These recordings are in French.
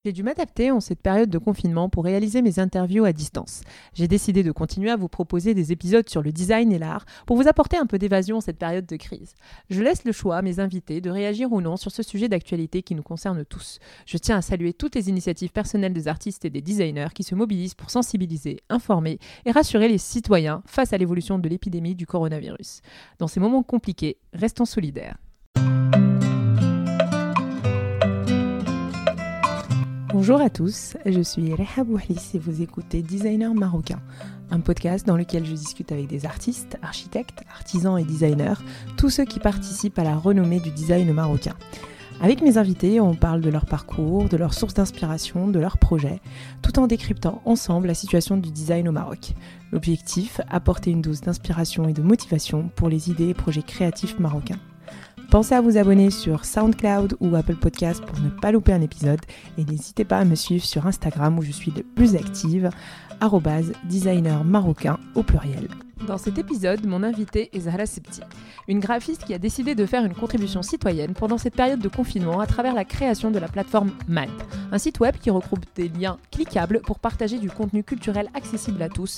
J'ai dû m'adapter en cette période de confinement pour réaliser mes interviews à distance. J'ai décidé de continuer à vous proposer des épisodes sur le design et l'art pour vous apporter un peu d'évasion en cette période de crise. Je laisse le choix à mes invités de réagir ou non sur ce sujet d'actualité qui nous concerne tous. Je tiens à saluer toutes les initiatives personnelles des artistes et des designers qui se mobilisent pour sensibiliser, informer et rassurer les citoyens face à l'évolution de l'épidémie du coronavirus. Dans ces moments compliqués, restons solidaires. Bonjour à tous, je suis Reha Bouhlis et vous écoutez Designer Marocain, un podcast dans lequel je discute avec des artistes, architectes, artisans et designers, tous ceux qui participent à la renommée du design marocain. Avec mes invités, on parle de leur parcours, de leurs sources d'inspiration, de leurs projets, tout en décryptant ensemble la situation du design au Maroc. L'objectif, apporter une dose d'inspiration et de motivation pour les idées et projets créatifs marocains. Pensez à vous abonner sur SoundCloud ou Apple Podcast pour ne pas louper un épisode et n'hésitez pas à me suivre sur Instagram où je suis le plus active, @designermarocain au pluriel. Dans cet épisode, mon invitée est Zahra Sebti, une graphiste qui a décidé de faire une contribution citoyenne pendant cette période de confinement à travers la création de la plateforme MAD, un site web qui regroupe des liens cliquables pour partager du contenu culturel accessible à tous,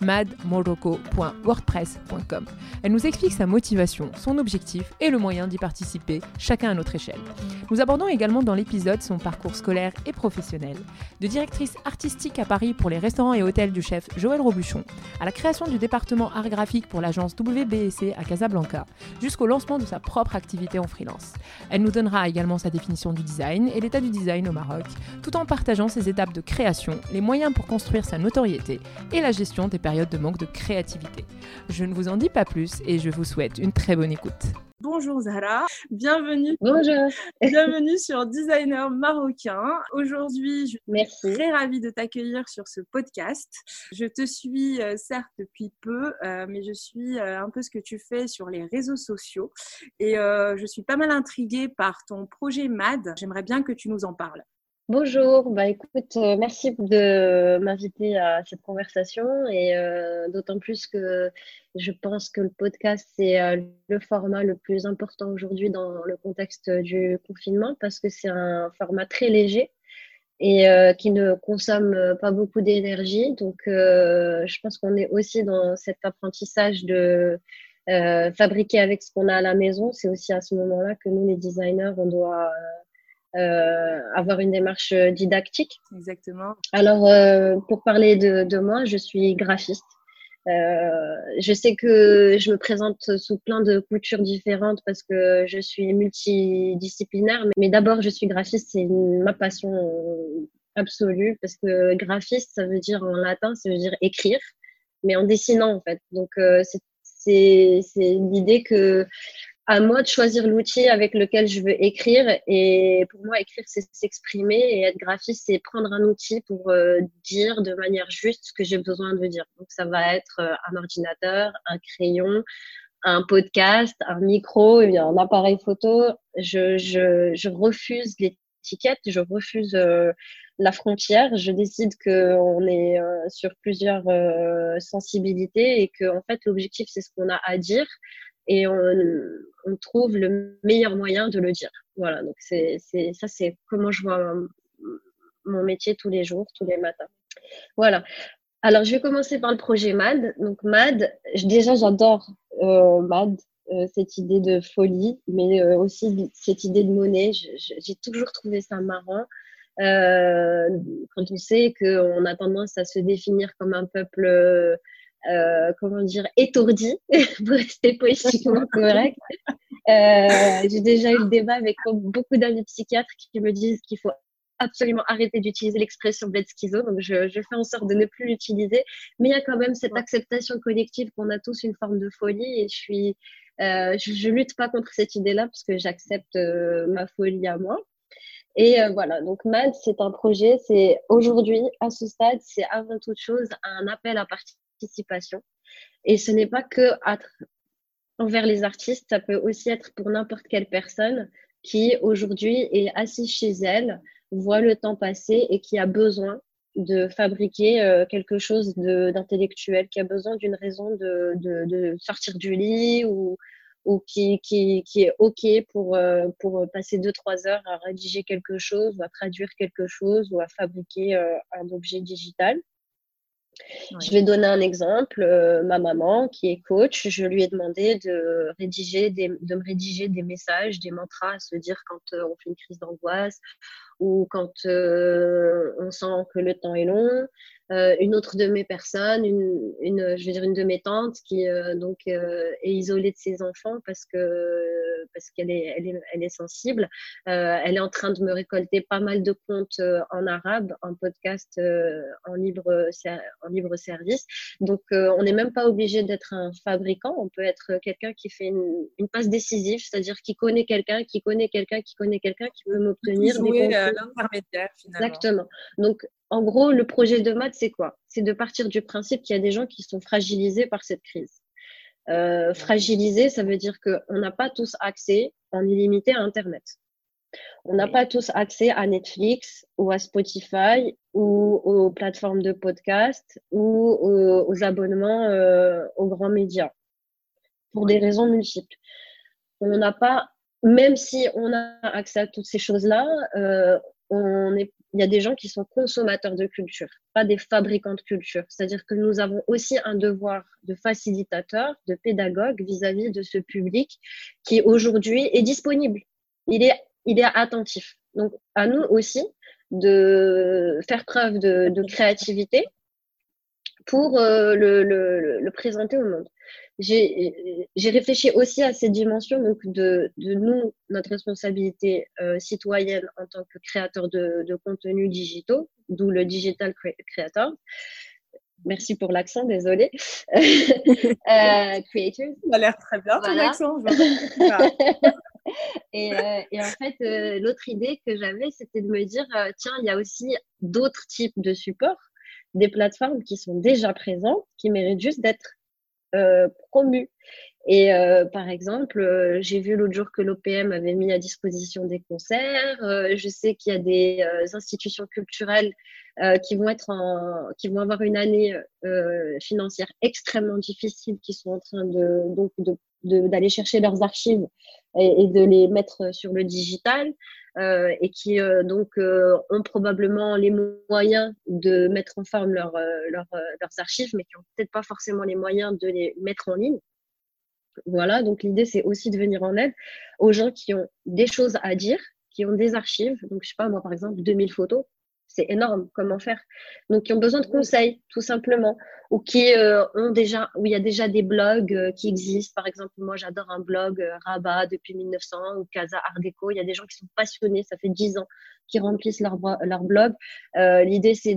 madmorocco.wordpress.com. Elle nous explique sa motivation, son objectif et le moyen d'y participer, chacun à notre échelle. Nous abordons également dans l'épisode son parcours scolaire et professionnel, de directrice artistique à Paris pour les restaurants et hôtels du chef Joël Robuchon, à la création du département art graphique pour l'agence WBSC à Casablanca, jusqu'au lancement de sa propre activité en freelance. Elle nous donnera également sa définition du design et l'état du design au Maroc, tout en partageant ses étapes de création, les moyens pour construire sa notoriété et la gestion des périodes de manque de créativité. Je ne vous en dis pas plus et je vous souhaite une très bonne écoute. Bonjour Zahra, bienvenue. Bonjour. Bienvenue sur Designer Marocain. Aujourd'hui, je suis très ravie de t'accueillir sur ce podcast. Je te suis certes depuis peu, mais je suis un peu ce que tu fais sur les réseaux sociaux et je suis pas mal intriguée par ton projet MAD. J'aimerais bien que tu nous en parles. Bonjour, écoute, merci de m'inviter à cette conversation et d'autant plus que je pense que le podcast, c'est le format le plus important aujourd'hui dans le contexte du confinement parce que c'est un format très léger et qui ne consomme pas beaucoup d'énergie. Donc, je pense qu'on est aussi dans cet apprentissage de fabriquer avec ce qu'on a à la maison. C'est aussi à ce moment-là que nous, les designers, on doit avoir une démarche didactique. Exactement. Alors, pour parler de moi, je suis graphiste. Je sais que je me présente sous plein de coutures différentes parce que je suis multidisciplinaire, mais d'abord, je suis graphiste, c'est ma passion absolue parce que graphiste, ça veut dire en latin, ça veut dire écrire, mais en dessinant en fait. Donc, c'est l'idée que à moi de choisir l'outil avec lequel je veux écrire. Et pour moi, écrire, c'est s'exprimer et être graphiste, c'est prendre un outil pour dire de manière juste ce que j'ai besoin de dire. Donc, ça va être un ordinateur, un crayon, un podcast, un micro, et bien, un appareil photo. Je refuse l'étiquette, je refuse la frontière. Je décide qu'on est sur plusieurs sensibilités et que, en fait, l'objectif, c'est ce qu'on a à dire. Et on trouve le meilleur moyen de le dire. Voilà, donc c'est comment je vois mon métier tous les jours, tous les matins. Voilà. Alors, je vais commencer par le projet MAD. Donc, MAD, déjà, j'adore MAD, cette idée de folie, mais aussi cette idée de monnaie. J'ai toujours trouvé ça marrant. Quand on sait qu'on a tendance à se définir comme un peuple comment dire, étourdi, pour rester poétiquement correct. J'ai déjà eu le débat avec beaucoup d'amis psychiatres qui me disent qu'il faut absolument arrêter d'utiliser l'expression d'être schizo, donc je fais en sorte de ne plus l'utiliser, mais il y a quand même cette acceptation collective qu'on a tous une forme de folie et je lutte pas contre cette idée-là parce que j'accepte ma folie à moi. Et voilà, donc MAD, c'est un projet, c'est aujourd'hui, à ce stade, c'est avant toute chose un appel à participation. Et ce n'est pas que envers les artistes, ça peut aussi être pour n'importe quelle personne qui aujourd'hui est assise chez elle, voit le temps passer et qui a besoin de fabriquer quelque chose d'intellectuel, qui a besoin d'une raison de sortir du lit ou ou qui est OK pour passer 2-3 heures à rédiger quelque chose, ou à traduire quelque chose, ou à fabriquer un objet digital. Ouais. Je vais donner un exemple. Ma maman, qui est coach, je lui ai demandé de me rédiger des messages, des mantras à se dire quand on fait une crise d'angoisse ou quand on sent que le temps est long. Une autre de mes personnes, je veux dire une de mes tantes qui est isolée de ses enfants parce qu'elle est sensible. Elle est en train de me récolter pas mal de comptes en arabe, en podcast, en libre service. Donc, on n'est même pas obligé d'être un fabricant. On peut être quelqu'un qui fait une passe décisive, c'est-à-dire qui connaît quelqu'un, qui veut m'obtenir des comptes. L'intermédiaire, finalement. Exactement. Donc, en gros, le projet de MAD, c'est quoi? C'est de partir du principe qu'il y a des gens qui sont fragilisés par cette crise. Fragilisés, ça veut dire qu'on n'a pas tous accès en illimité à Internet. On n'a pas tous accès à Netflix ou à Spotify ou aux plateformes de podcast ou aux abonnements aux grands médias pour des raisons multiples. On n'a pas, même si on a accès à toutes ces choses-là, il y a des gens qui sont consommateurs de culture, pas des fabricants de culture. C'est-à-dire que nous avons aussi un devoir de facilitateur, de pédagogue vis-à-vis de ce public qui aujourd'hui est disponible. Il est attentif. Donc, à nous aussi de faire preuve de créativité pour le présenter au monde. J'ai réfléchi aussi à cette dimension donc de nous, notre responsabilité citoyenne en tant que créateur de contenus digitaux, d'où le digital creator. Merci pour l'accent, désolée. Creators. Ça a l'air très bien, ton accent. Et en fait, l'autre idée que j'avais, c'était de me dire, tiens, il y a aussi d'autres types de supports, des plateformes qui sont déjà présentes, qui méritent juste d'être promues. Et par exemple, j'ai vu l'autre jour que l'OPM avait mis à disposition des concerts. Je sais qu'il y a des institutions culturelles qui vont avoir une année financière extrêmement difficile, qui sont en train d'aller chercher leurs archives et de les mettre sur le digital. Et qui ont probablement les moyens de mettre en forme leurs archives, mais qui n'ont peut-être pas forcément les moyens de les mettre en ligne. Voilà, donc l'idée, c'est aussi de venir en aide aux gens qui ont des choses à dire, qui ont des archives. Donc, je sais pas, moi, par exemple, 2000 photos, c'est énorme, comment faire? Donc, qui ont besoin de conseils, tout simplement, ou qui où il y a déjà des blogs qui existent. Par exemple, moi, j'adore un blog Rabat depuis 1900 ou Casa Art Déco. Il y a des gens qui sont passionnés, ça fait 10 ans qui remplissent leur blog. L'idée, c'est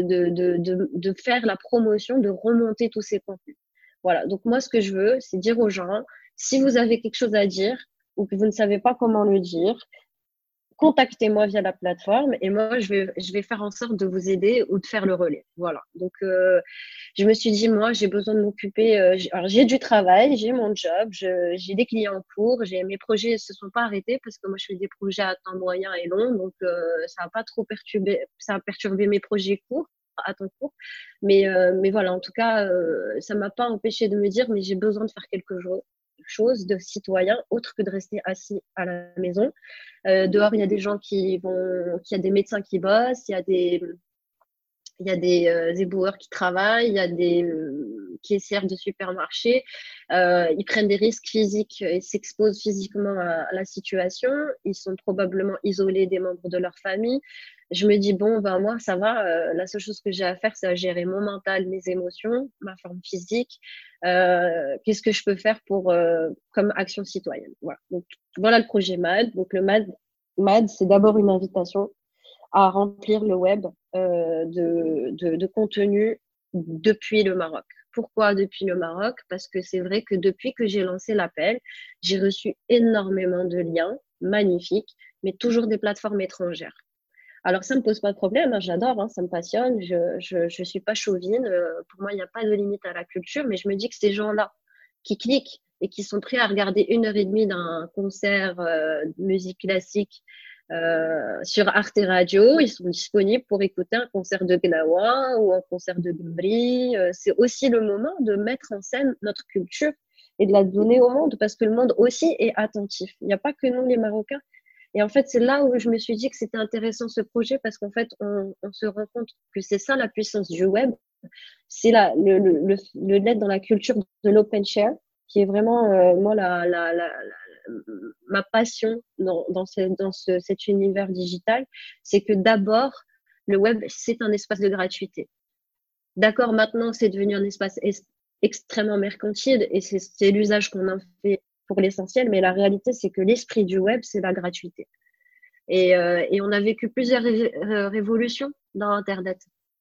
de faire la promotion, de remonter tous ces contenus. Voilà, donc moi, ce que je veux, c'est dire aux gens, si vous avez quelque chose à dire ou que vous ne savez pas comment le dire, contactez-moi via la plateforme et moi, je vais faire en sorte de vous aider ou de faire le relais. Voilà, donc je me suis dit, moi, j'ai besoin de m'occuper. Alors, j'ai du travail, j'ai mon job, j'ai des clients en cours, mes projets ne se sont pas arrêtés parce que moi, je fais des projets à temps moyen et long, donc ça n'a pas trop perturbé mes projets courts. À ton cours, mais voilà, en tout cas, ça m'a pas empêché de me dire, mais j'ai besoin de faire quelque chose de citoyen autre que de rester assis à la maison. Dehors, il y a des gens il y a des médecins qui bossent, il y a des éboueurs qui travaillent, il y a des caissières de supermarchés. Ils prennent des risques physiques et s'exposent physiquement à la situation. Ils sont probablement isolés des membres de leur famille. Je me dis, bon, ben moi, ça va. La seule chose que j'ai à faire, c'est à gérer mon mental, mes émotions, ma forme physique. Qu'est-ce que je peux faire comme action citoyenne? Voilà. Donc, voilà le projet MAD. Donc, le MAD, c'est d'abord une invitation à remplir le web de contenu depuis le Maroc. Pourquoi depuis le Maroc? Parce que c'est vrai que depuis que j'ai lancé l'appel, j'ai reçu énormément de liens magnifiques, mais toujours des plateformes étrangères. Alors, ça ne me pose pas de problème, hein, j'adore, hein, ça me passionne, je suis pas chauvine. Pour moi, il n'y a pas de limite à la culture, mais je me dis que ces gens-là qui cliquent et qui sont prêts à regarder 1h30 d'un concert de musique classique sur Arte Radio, ils sont disponibles pour écouter un concert de Gnawa ou un concert de Gmbri. C'est aussi le moment de mettre en scène notre culture et de la donner au monde parce que le monde aussi est attentif. Il n'y a pas que nous, les Marocains. Et en fait, c'est là où je me suis dit que c'était intéressant ce projet parce qu'en fait, on se rend compte que c'est ça la puissance du web. C'est le net dans la culture de l'open share qui est vraiment, moi, ma passion cet univers digital. C'est que d'abord, le web, c'est un espace de gratuité. D'accord, maintenant, c'est devenu un espace extrêmement mercantile et c'est l'usage qu'on en fait pour l'essentiel, mais la réalité, c'est que l'esprit du web, c'est la gratuité. Et on a vécu plusieurs révolutions dans Internet.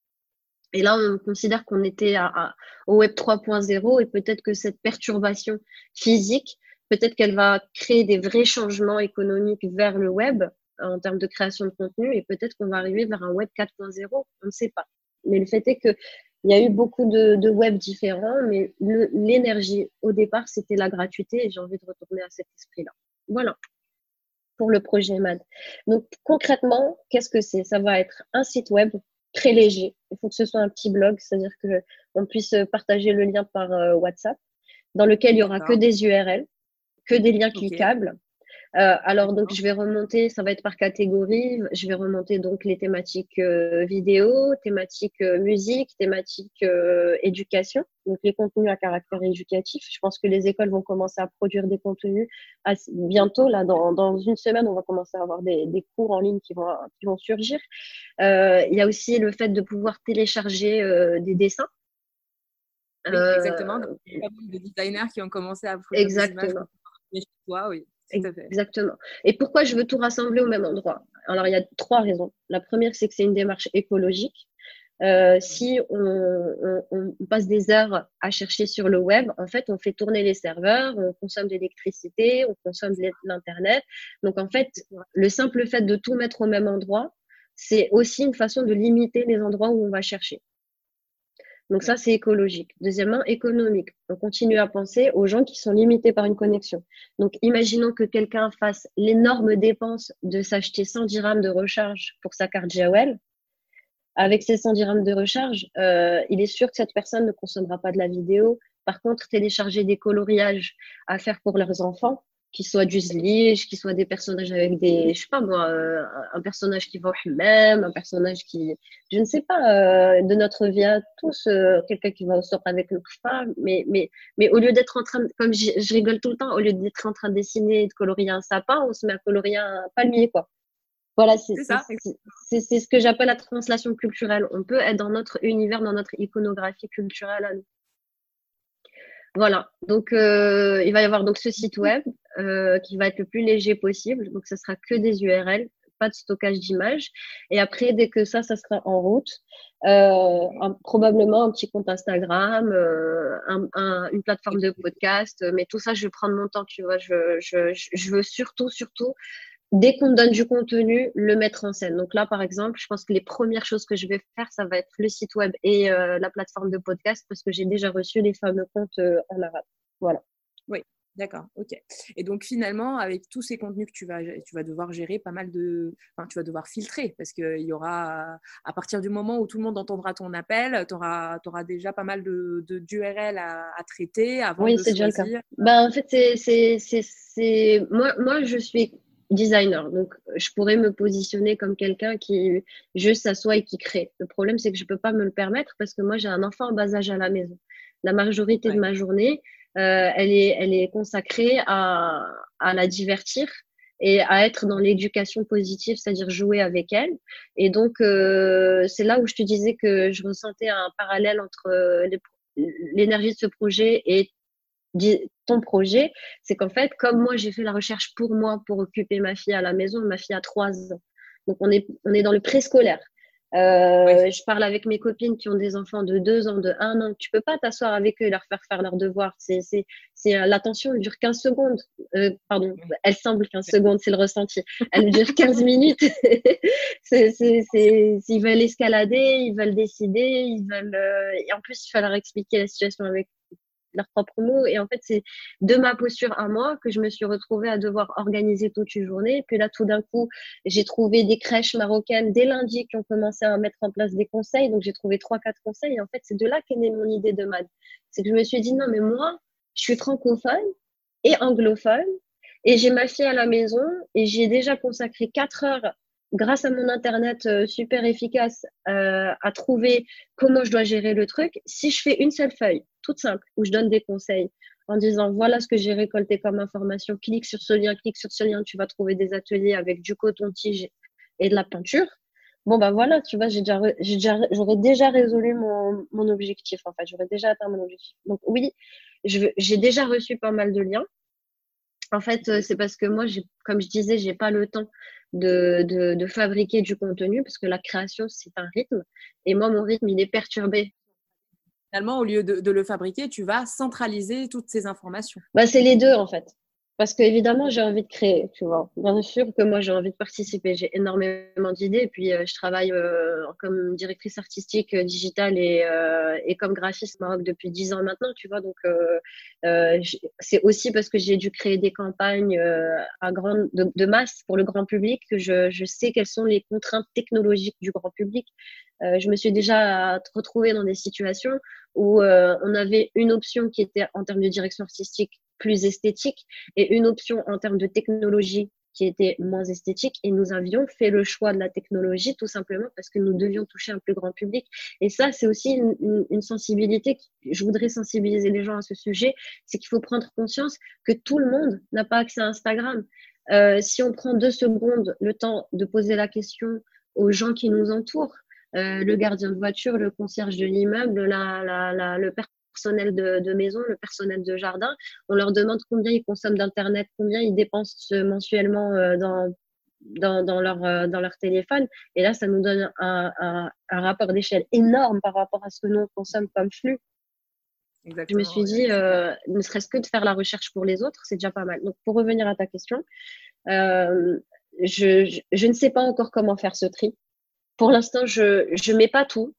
Et là, on considère qu'on était au web 3.0 et peut-être que cette perturbation physique, peut-être qu'elle va créer des vrais changements économiques vers le web en termes de création de contenu et peut-être qu'on va arriver vers un web 4.0, on ne sait pas. Mais le fait est qu'il y a eu beaucoup de web différents, mais l'énergie au départ, c'était la gratuité et j'ai envie de retourner à cet esprit-là. Voilà pour le projet MAD. Donc concrètement, qu'est-ce que c'est? Ça va être un site web très léger. Il faut que ce soit un petit blog, c'est-à-dire qu'on puisse partager le lien par WhatsApp, dans lequel il n'y aura que des URL, que des liens cliquables. Alors, donc, je vais remonter, ça va être par catégorie. Je vais remonter donc les thématiques vidéo, thématiques musique, thématiques éducation, donc les contenus à caractère éducatif. Je pense que les écoles vont commencer à produire des contenus bientôt. Là, dans une semaine, on va commencer à avoir des cours en ligne qui vont surgir. Il y a aussi le fait de pouvoir télécharger des dessins. Oui, exactement. Il y a pas mal de designers qui ont commencé à produire des images chez toi, oui. Exactement. Et pourquoi je veux tout rassembler au même endroit? Alors, il y a 3 raisons. La première, c'est que c'est une démarche écologique. Si on passe des heures à chercher sur le web, en fait, on fait tourner les serveurs, on consomme de l'électricité, on consomme de l'Internet. Donc, en fait, le simple fait de tout mettre au même endroit, c'est aussi une façon de limiter les endroits où on va chercher. Donc ça, c'est écologique. Deuxièmement, économique. On continue à penser aux gens qui sont limités par une connexion. Donc, imaginons que quelqu'un fasse l'énorme dépense de s'acheter 100 dirhams de recharge pour sa carte Jawel. Avec ces 100 dirhams de recharge, il est sûr que cette personne ne consommera pas de la vidéo. Par contre, télécharger des coloriages à faire pour leurs enfants, qui soient du zlige, qui soient des personnages avec des, je sais pas moi, un personnage qui va au hammam, un personnage qui, je ne sais pas, de notre vie à tous, quelqu'un qui va au sort avec le kfa, mais au lieu d'être en train, comme je rigole tout le temps, au lieu d'être en train de dessiner et de colorier un sapin, on se met à colorier un palmier, quoi. Voilà, c'est ce que j'appelle la translation culturelle. On peut être dans notre univers, dans notre iconographie culturelle à nous. Voilà, donc il va y avoir donc ce site web qui va être le plus léger possible. Donc, ce sera que des URL, pas de stockage d'images. Et après, dès que ça sera en route, probablement un petit compte Instagram, une plateforme de podcast. Mais tout ça, je vais prendre mon temps, tu vois. Je veux surtout, dès qu'on me donne du contenu, le mettre en scène. Donc là, par exemple, je pense que les premières choses que je vais faire, ça va être le site web et la plateforme de podcast parce que j'ai déjà reçu les fameux comptes en arabe. Voilà. Oui, d'accord, ok. Et donc finalement, avec tous ces contenus que tu vas devoir gérer tu vas devoir filtrer parce qu'il y aura, à partir du moment où tout le monde entendra ton appel, tu auras déjà pas mal d'URL à traiter avant de choisir. Oui, c'est déjà le cas. Ben, en fait, moi, je suis designer, donc je pourrais me positionner comme quelqu'un qui juste s'assoit et qui crée. Le problème, c'est que je peux pas me le permettre parce que moi, j'ai un enfant en bas âge à la maison. La majorité de ma journée, elle est consacrée à la divertir et à être dans l'éducation positive, c'est-à-dire jouer avec elle. Et donc, c'est là où je te disais que je ressentais un parallèle entre l'énergie de ce projet et ton projet, c'est qu'en fait, comme moi, j'ai fait la recherche pour moi, pour occuper ma fille à la maison, ma fille a 3 ans. Donc, on est dans le préscolaire. Je parle avec mes copines qui ont des enfants de 2 ans, de 1 an. Tu peux pas t'asseoir avec eux et leur faire leurs devoirs. L'attention dure 15 secondes. Pardon, elle semble 15 secondes, c'est le ressenti. Elle dure 15 minutes. Ils veulent escalader, ils veulent décider, et en plus, il faut leur expliquer la situation avec leurs propres mots. Et en fait, c'est de ma posture à moi que je me suis retrouvée à devoir organiser toute une journée. Et puis là, tout d'un coup, j'ai trouvé des crèches marocaines dès lundi qui ont commencé à mettre en place des conseils. Donc, j'ai trouvé 3-4 conseils. Et en fait, c'est de là qu'est née mon idée de MAD. C'est que je me suis dit, non, mais moi, Je suis francophone et anglophone et j'ai ma fille à la maison et j'ai déjà consacré 4 heures grâce à mon internet super efficace à trouver comment je dois gérer le truc. Si je fais une seule feuille toute simple où je donne des conseils en disant voilà ce que j'ai récolté comme information, clique sur ce lien, tu vas trouver des ateliers avec du coton-tige et de la peinture. Bon, bah voilà, tu vois, j'aurais déjà résolu mon objectif, en fait, j'aurais déjà atteint mon objectif. Donc oui, j'ai déjà reçu pas mal de liens. En fait, c'est parce que moi, comme je disais, j'ai pas le temps de fabriquer du contenu parce que la création, c'est un rythme. Et moi, mon rythme, il est perturbé. Finalement, au lieu de le fabriquer, tu vas centraliser toutes ces informations. Bah, c'est les deux, en fait. Parce qu'évidemment, j'ai envie de créer, tu vois. Bien sûr que moi, j'ai envie de participer. J'ai énormément d'idées. Et puis, je travaille comme directrice artistique digitale et comme graphiste au Maroc depuis 10 ans maintenant, tu vois. Donc, c'est aussi parce que j'ai dû créer des campagnes de masse pour le grand public que je sais quelles sont les contraintes technologiques du grand public. Je me suis déjà retrouvée dans des situations où on avait une option qui était en termes de direction artistique plus esthétique et une option en termes de technologie qui était moins esthétique. Et nous avions fait le choix de la technologie tout simplement parce que nous devions toucher un plus grand public. Et ça, c'est aussi une sensibilité. Je voudrais sensibiliser les gens à ce sujet. C'est qu'il faut prendre conscience que tout le monde n'a pas accès à Instagram. Si on prend 2 secondes le temps de poser la question aux gens qui nous entourent, le gardien de voiture, le concierge de l'immeuble, le personnel de maison, le personnel de jardin. On leur demande combien ils consomment d'Internet, combien ils dépensent mensuellement dans leur téléphone. Et là, ça nous donne un rapport d'échelle énorme par rapport à ce que nous, on consomme comme flux. Exactement, je me suis dit, ne serait-ce que de faire la recherche pour les autres, c'est déjà pas mal. Donc, pour revenir à ta question, je ne sais pas encore comment faire ce tri. Pour l'instant, je mets pas tout.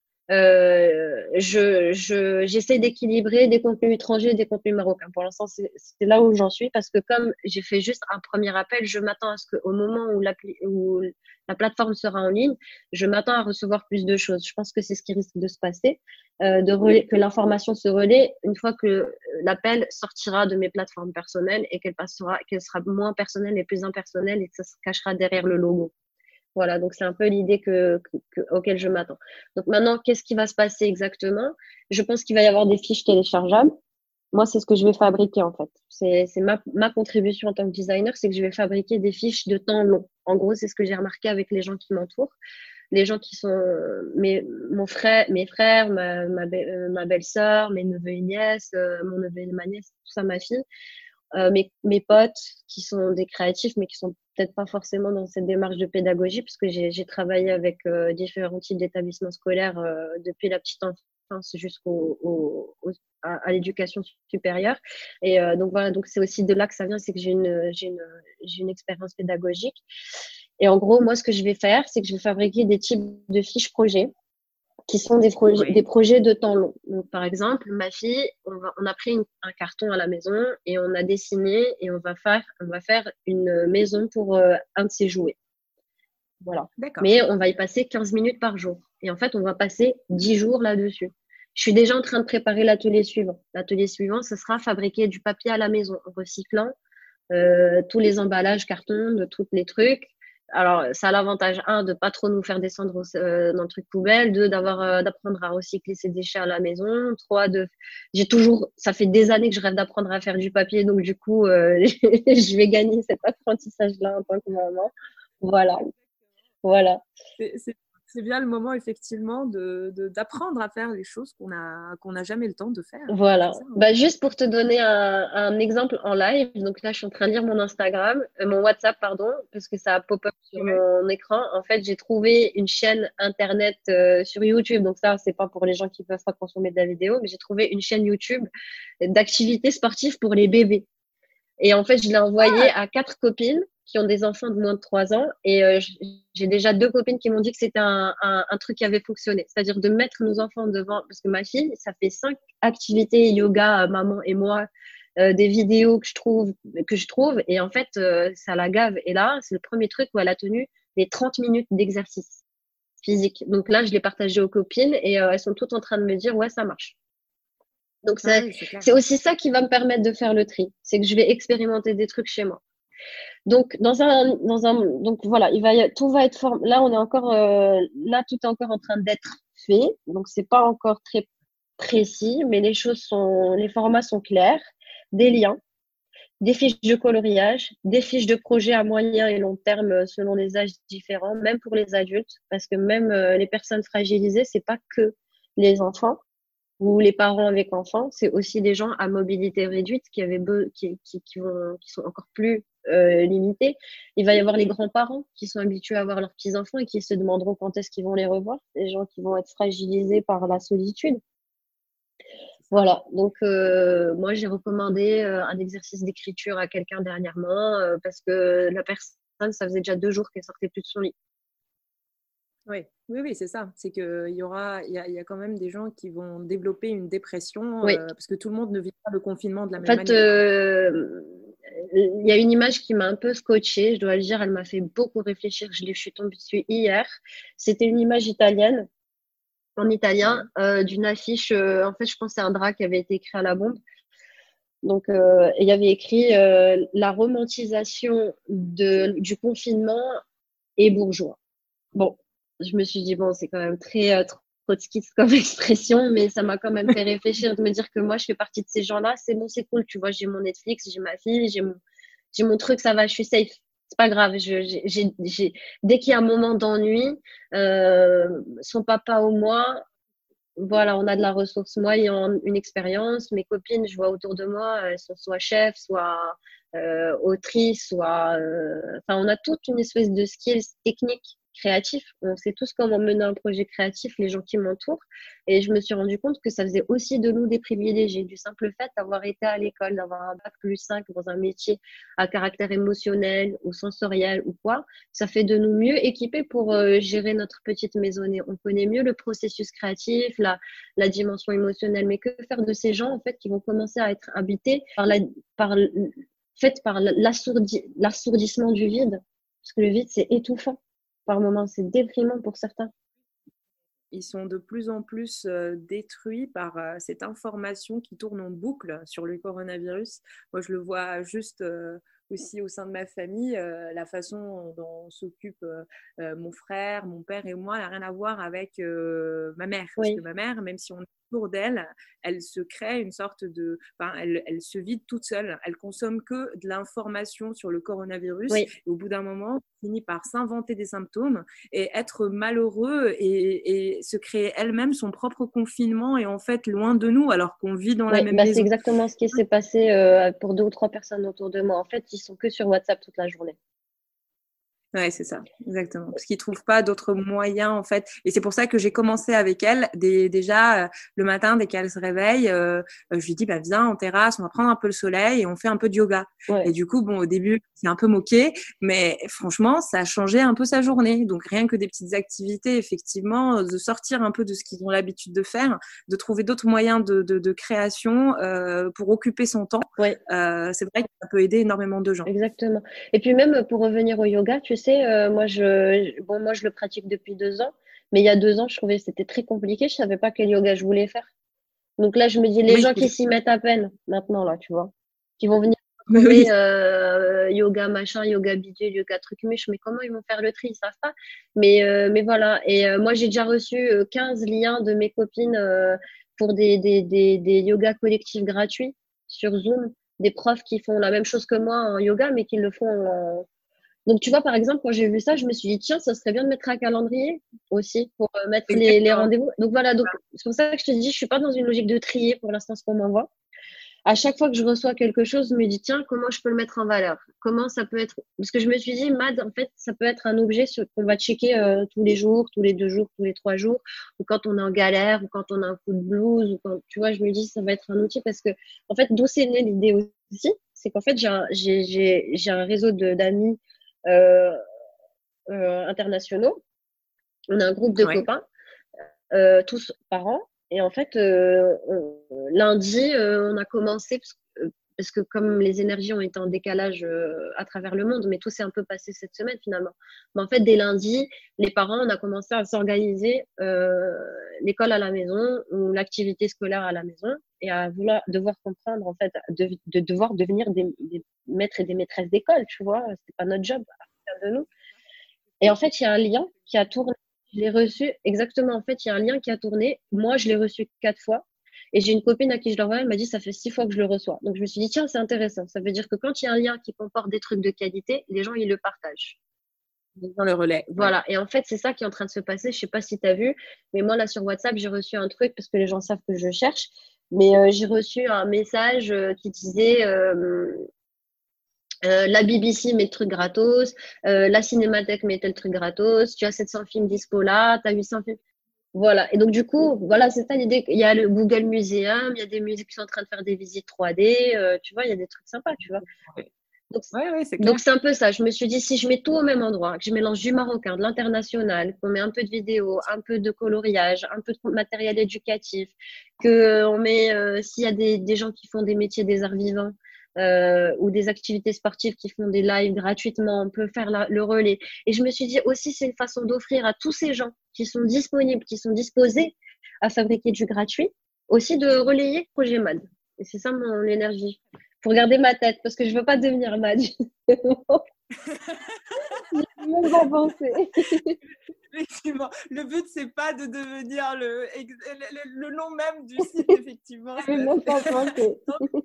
J'essaie d'équilibrer des contenus étrangers et des contenus marocains. Pour l'instant, c'est là où j'en suis parce que comme j'ai fait juste un premier appel, je m'attends à ce qu'au moment où la plateforme sera en ligne, je m'attends à recevoir plus de choses. Je pense que c'est ce qui risque de se passer, que l'information se relaie une fois que l'appel sortira de mes plateformes personnelles et qu'elle sera moins personnelle et plus impersonnelle et que ça se cachera derrière le logo. Voilà, donc c'est un peu l'idée auquel je m'attends. Donc maintenant, qu'est-ce qui va se passer exactement? Je pense qu'il va y avoir des fiches téléchargeables. Moi, c'est ce que je vais fabriquer en fait. C'est ma contribution en tant que designer, c'est que je vais fabriquer des fiches de temps long. En gros, c'est ce que j'ai remarqué avec les gens qui m'entourent. Les gens qui sont mes frères, ma belle-sœur, mes neveux et nièces, mon neveu et ma nièce, tout ça, ma fille. Mes potes qui sont des créatifs, mais qui sont peut-être pas forcément dans cette démarche de pédagogie, parce que j'ai travaillé avec différents types d'établissements scolaires depuis la petite enfance jusqu'à l'éducation supérieure. Et donc voilà, donc c'est aussi de là que ça vient, c'est que j'ai une expérience pédagogique. Et en gros, moi, ce que je vais faire, c'est que je vais fabriquer des types de fiches projets qui sont des projets de temps long. Donc, par exemple, ma fille, on a pris un carton à la maison et on a dessiné et on va faire une maison pour un de ses jouets. Voilà. Mais on va y passer 15 minutes par jour. Et en fait, on va passer 10 jours là-dessus. Je suis déjà en train de préparer l'atelier suivant. L'atelier suivant, ce sera fabriquer du papier à la maison en recyclant tous les emballages carton de tous les trucs. Alors, ça a l'avantage, de pas trop nous faire descendre dans le truc poubelle, d'apprendre à recycler ses déchets à la maison, ça fait des années que je rêve d'apprendre à faire du papier, donc du coup, je vais gagner cet apprentissage-là en tant que maman. Voilà. C'est bien le moment, effectivement, d'apprendre à faire les choses qu'on n'a jamais le temps de faire. Voilà. Juste pour te donner un exemple en live, donc là, je suis en train de lire mon mon WhatsApp, pardon, parce que ça a pop-up sur mon écran. En fait, j'ai trouvé une chaîne Internet sur YouTube. Donc ça, c'est pas pour les gens qui peuvent pas consommer de la vidéo, mais j'ai trouvé une chaîne YouTube d'activités sportives pour les bébés. Et en fait, je l'ai envoyé à 4 copines qui ont des enfants de moins de 3 ans. Et j'ai déjà 2 copines qui m'ont dit que c'était un truc qui avait fonctionné. C'est-à-dire de mettre nos enfants devant, parce que ma fille, ça fait 5 activités yoga, maman et moi, des vidéos que je trouve. Et en fait, ça la gave. Et là, c'est le premier truc où elle a tenu les 30 minutes d'exercice physique. Donc là, je l'ai partagé aux copines et elles sont toutes en train de me dire, ouais, ça marche. Donc, Oui, c'est clair. c'est aussi ça qui va me permettre de faire le tri. C'est que je vais expérimenter des trucs chez moi. Donc, donc voilà, tout va être là, on est encore, là, tout est encore en train d'être fait. Donc, c'est pas encore très précis, mais les formats sont clairs, des liens, des fiches de coloriage, des fiches de projet à moyen et long terme selon les âges différents, même pour les adultes, parce que même les personnes fragilisées, c'est pas que les enfants ou les parents avec enfants, c'est aussi des gens à mobilité réduite qui sont encore plus limités. Il va y avoir les grands-parents qui sont habitués à voir leurs petits-enfants et qui se demanderont quand est-ce qu'ils vont les revoir, des gens qui vont être fragilisés par la solitude. Voilà, donc moi j'ai recommandé un exercice d'écriture à quelqu'un dernièrement parce que la personne, ça faisait déjà 2 jours qu'elle sortait plus de son lit. Oui, c'est ça. C'est qu'il y a quand même des gens qui vont développer une dépression Oui. parce que tout le monde ne vit pas le confinement de la même En fait, manière. il y a une image qui m'a un peu scotchée, je dois le dire, elle m'a fait beaucoup réfléchir. Je suis tombée dessus hier. C'était une image italienne, en italien, d'une affiche. En fait, je pense que c'est un drap qui avait été écrit à la bombe. Donc, il y avait écrit la romantisation du confinement est bourgeois. Bon, je me suis dit, bon, c'est quand même très trotskiste comme expression, mais ça m'a quand même fait réfléchir de me dire que moi, je fais partie de ces gens-là. C'est bon, c'est cool, tu vois, j'ai mon Netflix, j'ai ma fille, j'ai mon truc, ça va, je suis safe. C'est pas grave. Dès qu'il y a un moment d'ennui, son papa ou moi, voilà, on a de la ressource. Moi, ayant une expérience, mes copines, je vois autour de moi, elles sont soit chefs, soit autrices, soit. Enfin, on a toute une espèce de skills techniques, créatifs. On sait tous comment mener un projet créatif, les gens qui m'entourent. Et je me suis rendu compte que ça faisait aussi de nous des privilégiés, du simple fait d'avoir été à l'école, d'avoir un bac+5 dans un métier à caractère émotionnel ou sensoriel ou quoi. Ça fait de nous mieux équipés pour gérer notre petite maisonnée. On connaît mieux le processus créatif, la dimension émotionnelle. Mais que faire de ces gens, en fait, qui vont commencer à être habités par l'assourdissement du vide? Parce que le vide, c'est étouffant. Par moments, c'est déprimant pour certains. Ils sont de plus en plus détruits par cette information qui tourne en boucle sur le coronavirus. Moi, je le vois juste aussi au sein de ma famille, la façon dont s'occupe mon frère, mon père et moi n'a rien à voir avec ma mère. Oui. Parce que ma mère, même si on est autour d'elle, elle se crée une sorte de... Enfin, elle se vide toute seule. Elle consomme que de l'information sur le coronavirus. Oui. Et au bout d'un moment, elle finit par s'inventer des symptômes et être malheureux et se créer elle-même son propre confinement et en fait loin de nous alors qu'on vit dans la même maison. C'est exactement ce qui s'est passé pour 2 ou 3 personnes autour de moi. En fait, ils sont que sur WhatsApp toute la journée. Ouais, c'est ça, exactement. Parce qu'ils ne trouvent pas d'autres moyens, en fait. Et c'est pour ça que j'ai commencé avec elle. Déjà, le matin, dès qu'elle se réveille, je lui dis, bah, viens en terrasse, on va prendre un peu le soleil et on fait un peu de yoga. Ouais. Et du coup, bon, au début, c'est un peu moqué, mais franchement, ça a changé un peu sa journée. Donc, rien que des petites activités, effectivement, de sortir un peu de ce qu'ils ont l'habitude de faire, de trouver d'autres moyens de création pour occuper son temps. Ouais. C'est vrai que ça peut aider énormément de gens. Exactement. Et puis même pour revenir au yoga, tu sais, moi je le pratique depuis 2 ans, mais il y a 2 ans, je trouvais que c'était très compliqué. Je savais pas quel yoga je voulais faire. Donc là, je me dis, les gens qui s'y mettent à peine maintenant, là, tu vois, qui vont venir trouver yoga machin, yoga bidule, yoga truc mûche, mais comment ils vont faire le tri? Ils savent pas. Mais voilà. Et moi, j'ai déjà reçu 15 liens de mes copines pour des yogas collectifs gratuits sur Zoom, des profs qui font la même chose que moi en yoga, mais qui le font en... Donc, tu vois, par exemple, quand j'ai vu ça, je me suis dit, tiens, ça serait bien de mettre un calendrier aussi pour mettre les rendez-vous. Donc, voilà. Donc, c'est pour ça que je te dis, je suis pas dans une logique de trier pour l'instant ce qu'on m'envoie. À chaque fois que je reçois quelque chose, je me dis, tiens, comment je peux le mettre en valeur? Comment ça peut être... Parce que je me suis dit, Mad, en fait, ça peut être un objet qu'on va checker tous les jours, tous les 2 jours, tous les 3 jours, ou quand on est en galère, ou quand on a un coup de blues, ou quand, tu vois, je me dis, ça va être un outil parce que, en fait, d'où c'est né l'idée aussi, c'est qu'en fait, j'ai un réseau d'amis internationaux. On a un groupe de copains, tous parents. Et en fait, lundi, on a commencé, parce que comme les énergies ont été en décalage à travers le monde, mais tout s'est un peu passé cette semaine finalement. Mais en fait, dès lundi, les parents, on a commencé à s'organiser l'école à la maison ou l'activité scolaire à la maison et à devoir comprendre, en fait, de devoir devenir des maîtres et des maîtresses d'école, tu vois. C'est pas notre job à faire de nous. Et en fait, il y a un lien qui a tourné. Je l'ai reçu exactement. En fait, il y a un lien qui a tourné. Moi, je l'ai reçu 4 fois. Et j'ai une copine à qui je l'envoie, elle m'a dit ça fait 6 fois que je le reçois. Donc je me suis dit tiens, c'est intéressant. Ça veut dire que quand il y a un lien qui comporte des trucs de qualité, les gens ils le partagent. Dans le relais. Voilà. Et en fait, c'est ça qui est en train de se passer. Je sais pas si tu as vu, mais moi là sur WhatsApp, j'ai reçu un truc parce que les gens savent que je cherche. Mais j'ai reçu un message qui disait la BBC met le truc gratos, la Cinémathèque met tel truc gratos, tu as 700 films dispo là, tu as 800 films. Voilà. Et donc, du coup, voilà, c'est ça l'idée. Il y a le Google Museum, il y a des musées qui sont en train de faire des visites 3D, tu vois, il y a des trucs sympas, tu vois. Donc, c'est clair. donc, c'est un peu ça. Je me suis dit, si je mets tout au même endroit, que je mélange du marocain, de l'international, qu'on met un peu de vidéo, un peu de coloriage, un peu de matériel éducatif, qu'on met, s'il y a des gens qui font des métiers des arts vivants, ou des activités sportives qui font des lives gratuitement, on peut faire le relais. Et je me suis dit aussi, c'est une façon d'offrir à tous ces gens qui sont disponibles, qui sont disposés à fabriquer du gratuit, aussi de relayer le projet MAD. Et c'est ça mon énergie. Pour garder ma tête, parce que je veux pas devenir MAD. Je même pas pensé. Effectivement, le but c'est pas de devenir le nom même du site, effectivement. Je même pas pensé.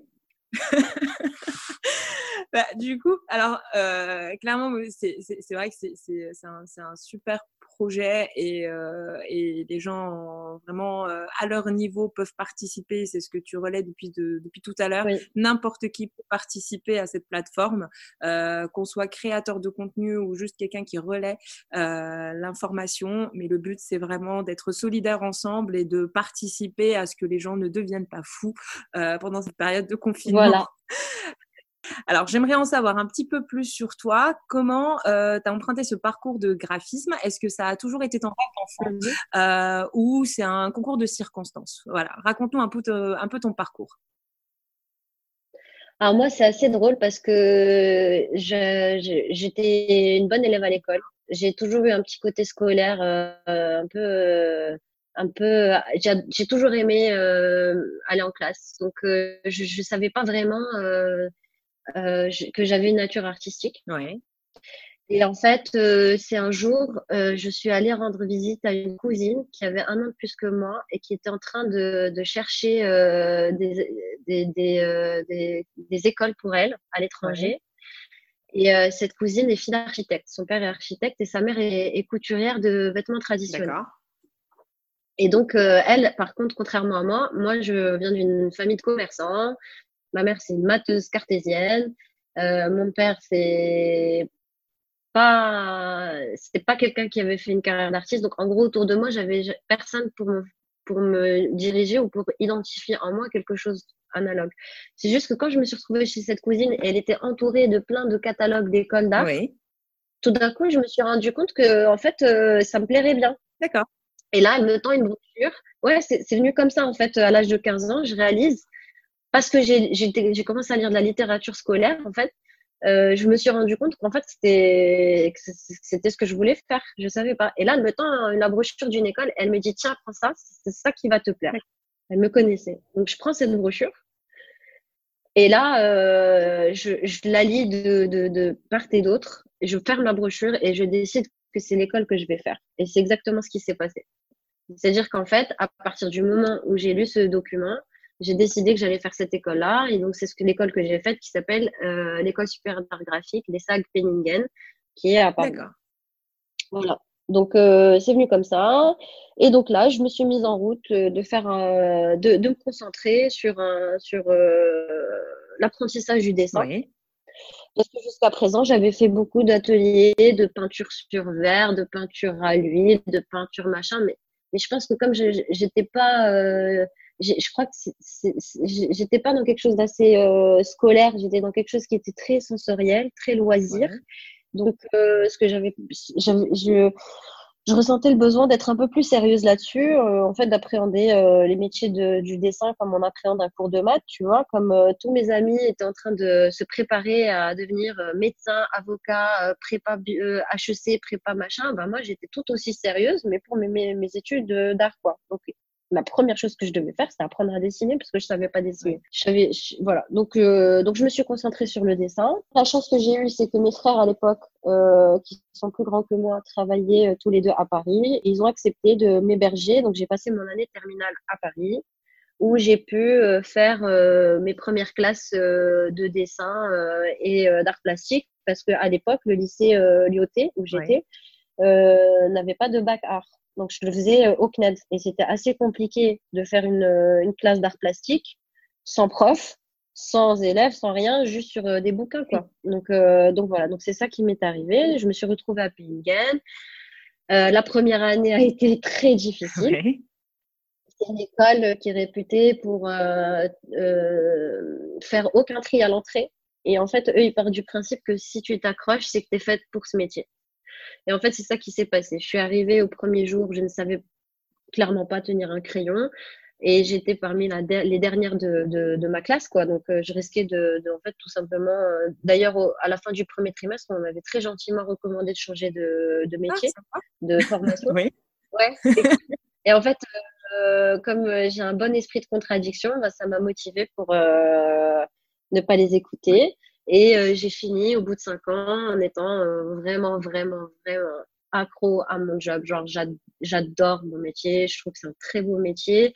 Bah, du coup, alors clairement, c'est vrai que c'est un super projet et les gens vraiment à leur niveau peuvent participer. C'est ce que tu relais depuis tout à l'heure. Oui. N'importe qui peut participer à cette plateforme, qu'on soit créateur de contenu ou juste quelqu'un qui relaie l'information. Mais le but, c'est vraiment d'être solidaires ensemble et de participer à ce que les gens ne deviennent pas fous pendant cette période de confinement. Voilà. Alors, j'aimerais en savoir un petit peu plus sur toi. Comment tu as emprunté ce parcours de graphisme? Est-ce que ça a toujours été ton rêve d'enfant ou c'est un concours de circonstances? Voilà, raconte-nous un peu ton parcours. Alors moi, c'est assez drôle parce que j'étais une bonne élève à l'école. J'ai toujours eu un petit côté scolaire j'ai toujours aimé aller en classe. Donc, je savais pas vraiment que j'avais une nature artistique. Ouais. Et en fait, c'est un jour, je suis allée rendre visite à une cousine qui avait 1 an de plus que moi et qui était en train de chercher des écoles pour elle à l'étranger. Ouais. Et cette cousine est fille d'architecte. Son père est architecte et sa mère est couturière de vêtements traditionnels. D'accord. Et donc, elle, par contre, contrairement à moi, je viens d'une famille de commerçants. Ma mère, c'est une matheuse cartésienne. Mon père, c'était pas quelqu'un qui avait fait une carrière d'artiste. Donc, en gros, autour de moi, j'avais personne pour me diriger ou pour identifier en moi quelque chose analogue. C'est juste que quand je me suis retrouvée chez cette cousine et elle était entourée de plein de catalogues d'écoles d'art, tout d'un coup, je me suis rendu compte que, en fait, ça me plairait bien. D'accord. Et là, elle me tend une brochure. Ouais, c'est venu comme ça, en fait, à l'âge de 15 ans, je réalise. Parce que j'ai commencé à lire de la littérature scolaire, en fait, je me suis rendu compte qu'en fait, c'était ce que je voulais faire. Je savais pas. Et là, elle me tend la brochure d'une école. Elle me dit, tiens, prends ça, c'est ça qui va te plaire. Elle me connaissait. Donc, je prends cette brochure. Et là, je la lis de part et d'autre. Je ferme la brochure et je décide que c'est l'école que je vais faire. Et c'est exactement ce qui s'est passé. C'est-à-dire qu'en fait, à partir du moment où j'ai lu ce document, j'ai décidé que j'allais faire cette école-là. Et donc, c'est l'école que j'ai faite qui s'appelle l'École supérieure d'art graphique, les SAG Penningen, qui est à Paris. D'accord. Voilà. Donc, c'est venu comme ça. Et donc là, je me suis mise en route de me concentrer sur l'apprentissage du dessin. Oui. Parce que jusqu'à présent, j'avais fait beaucoup d'ateliers de peinture sur verre, de peinture à l'huile, de peinture machin. Mais je pense que comme j'étais pas... je crois que j'étais pas dans quelque chose d'assez scolaire, j'étais dans quelque chose qui était très sensoriel, très loisir. Ouais. Donc, ce que je ressentais le besoin d'être un peu plus sérieuse là-dessus, en fait, d'appréhender les métiers du dessin comme on appréhende un cours de maths, tu vois, comme tous mes amis étaient en train de se préparer à devenir médecin, avocat, prépa HEC, prépa machin, ben moi j'étais tout aussi sérieuse, mais pour mes études d'art, quoi. Donc la première chose que je devais faire, c'était apprendre à dessiner parce que je savais pas dessiner. Voilà. Donc je me suis concentrée sur le dessin. La chance que j'ai eue, c'est que mes frères à l'époque, qui sont plus grands que moi, travaillaient tous les deux à Paris. Et ils ont accepté de m'héberger. Donc j'ai passé mon année terminale à Paris, où j'ai pu faire mes premières classes de dessin et d'art plastique, parce que à l'époque, le lycée Lyoté, où j'étais, n'avait pas de bac art. Donc, je le faisais au CNED. Et c'était assez compliqué de faire une classe d'art plastique sans prof, sans élèves, sans rien, juste sur des bouquins, quoi. Donc voilà. Donc, c'est ça qui m'est arrivé. Je me suis retrouvée à Pingen. La première année a été très difficile. Ouais. C'est une école qui est réputée pour faire aucun tri à l'entrée. Et en fait, eux, ils partent du principe que si tu t'accroches, c'est que tu es faite pour ce métier. Et en fait, c'est ça qui s'est passé. Je suis arrivée au premier jour, je ne savais clairement pas tenir un crayon. Et j'étais parmi les dernières de ma classe, quoi. Donc, je risquais en fait, tout simplement. D'ailleurs, à la fin du premier trimestre, on m'avait très gentiment recommandé de changer de métier, de formation. Oui. Ouais. Et en fait, comme j'ai un bon esprit de contradiction, bah, ça m'a motivée pour ne pas les écouter. Et j'ai fini au bout de 5 ans en étant vraiment, vraiment, vraiment accro à mon job. Genre, j'adore mon métier. Je trouve que c'est un très beau métier.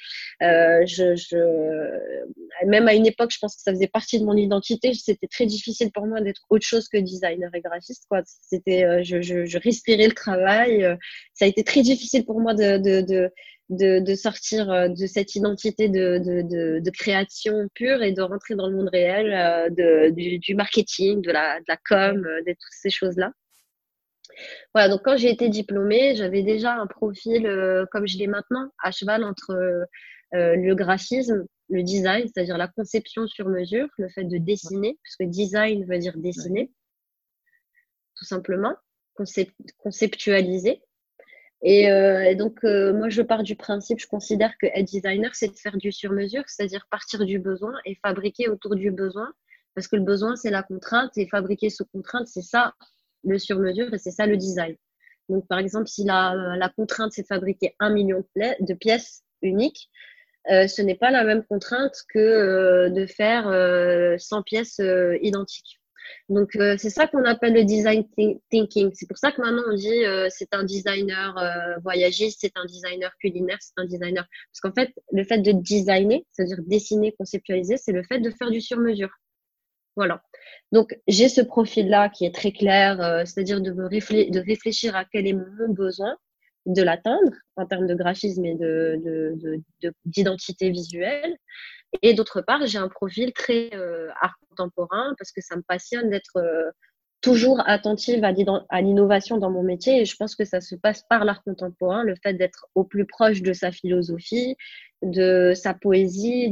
Même à une époque, je pense que ça faisait partie de mon identité. C'était très difficile pour moi d'être autre chose que designer et graphiste, quoi. C'était, je respirais le travail. Ça a été très difficile pour moi de sortir de cette identité de création pure et de rentrer dans le monde réel du marketing, de la com, de toutes ces choses-là. Voilà, donc quand j'ai été diplômée, j'avais déjà un profil comme je l'ai maintenant, à cheval entre le graphisme, le design, c'est-à-dire la conception sur mesure, le fait de dessiner, parce que design veut dire dessiner, tout simplement, conceptualiser. Et donc, moi, je pars du principe, je considère que être designer, c'est de faire du sur-mesure, c'est-à-dire partir du besoin et fabriquer autour du besoin, parce que le besoin, c'est la contrainte, et fabriquer sous contrainte, c'est ça le sur-mesure, et c'est ça le design. Donc, par exemple, si la contrainte, c'est de fabriquer 1 million de pièces uniques, ce n'est pas la même contrainte que de faire 100 pièces identiques. Donc, c'est ça qu'on appelle le design thinking. C'est pour ça que maintenant, on dit c'est un designer voyagiste, c'est un designer culinaire, c'est un designer. Parce qu'en fait, le fait de designer, c'est-à-dire dessiner, conceptualiser, c'est le fait de faire du sur-mesure. Voilà. Donc, j'ai ce profil-là qui est très clair, c'est-à-dire de réfléchir à quel est mon besoin, de l'atteindre en termes de graphisme et d'identité visuelle. Et d'autre part, j'ai un profil très art contemporain parce que ça me passionne d'être toujours attentive à l'innovation dans mon métier. Et je pense que ça se passe par l'art contemporain, le fait d'être au plus proche de sa philosophie, de sa poésie,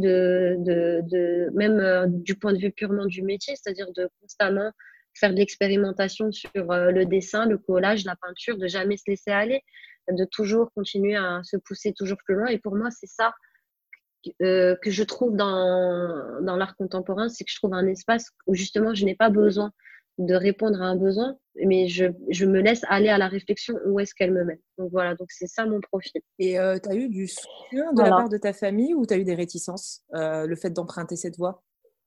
même du point de vue purement du métier, c'est-à-dire de constamment faire de l'expérimentation sur le dessin, le collage, la peinture, de jamais se laisser aller, de toujours continuer à se pousser toujours plus loin. Et pour moi, c'est ça que je trouve dans l'art contemporain, c'est que je trouve un espace où justement je n'ai pas besoin de répondre à un besoin, mais je me laisse aller à la réflexion où est-ce qu'elle me mène. Donc voilà, donc c'est ça mon profil. Et tu as eu du soutien de la part de ta famille ou tu as eu des réticences, le fait d'emprunter cette voie?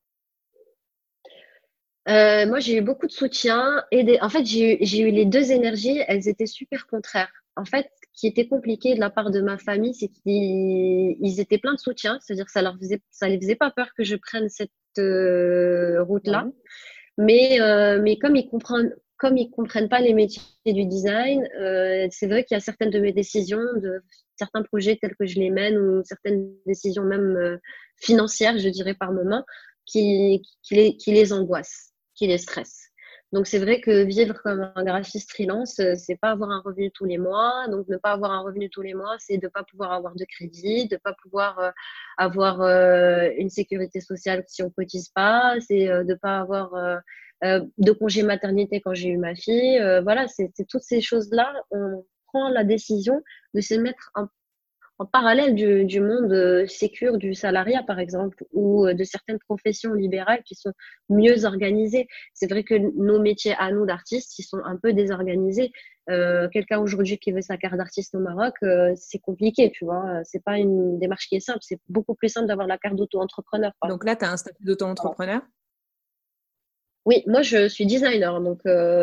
Moi, j'ai eu beaucoup de soutien en fait, j'ai eu les deux énergies, elles étaient super contraires. En fait, ce qui était compliqué de la part de ma famille, c'est qu'ils étaient pleins de soutien, c'est-à-dire que ça les faisait pas peur que je prenne cette route-là. Mais comme ils comprennent pas les métiers du design, c'est vrai qu'il y a certaines de mes décisions, de certains projets tels que je les mène, ou certaines décisions même financières, je dirais par moment, qui les angoissent, qui les stressent. Donc c'est vrai que vivre comme un graphiste freelance, c'est pas avoir un revenu tous les mois. Donc ne pas avoir un revenu tous les mois, c'est de pas pouvoir avoir de crédit, de pas pouvoir avoir une sécurité sociale si on cotise pas, c'est de pas avoir de congé maternité quand j'ai eu ma fille. Voilà, c'est toutes ces choses-là ont prend la décision de se mettre en parallèle du monde sécure du salariat, par exemple, ou de certaines professions libérales qui sont mieux organisées. C'est vrai que nos métiers à nous d'artistes, ils sont un peu désorganisés. Quelqu'un aujourd'hui qui veut sa carte d'artiste au Maroc, c'est compliqué, tu vois. C'est pas une démarche qui est simple. C'est beaucoup plus simple d'avoir la carte d'auto-entrepreneur. Donc là, tu as un statut d'auto-entrepreneur? Oui, moi je suis designer, donc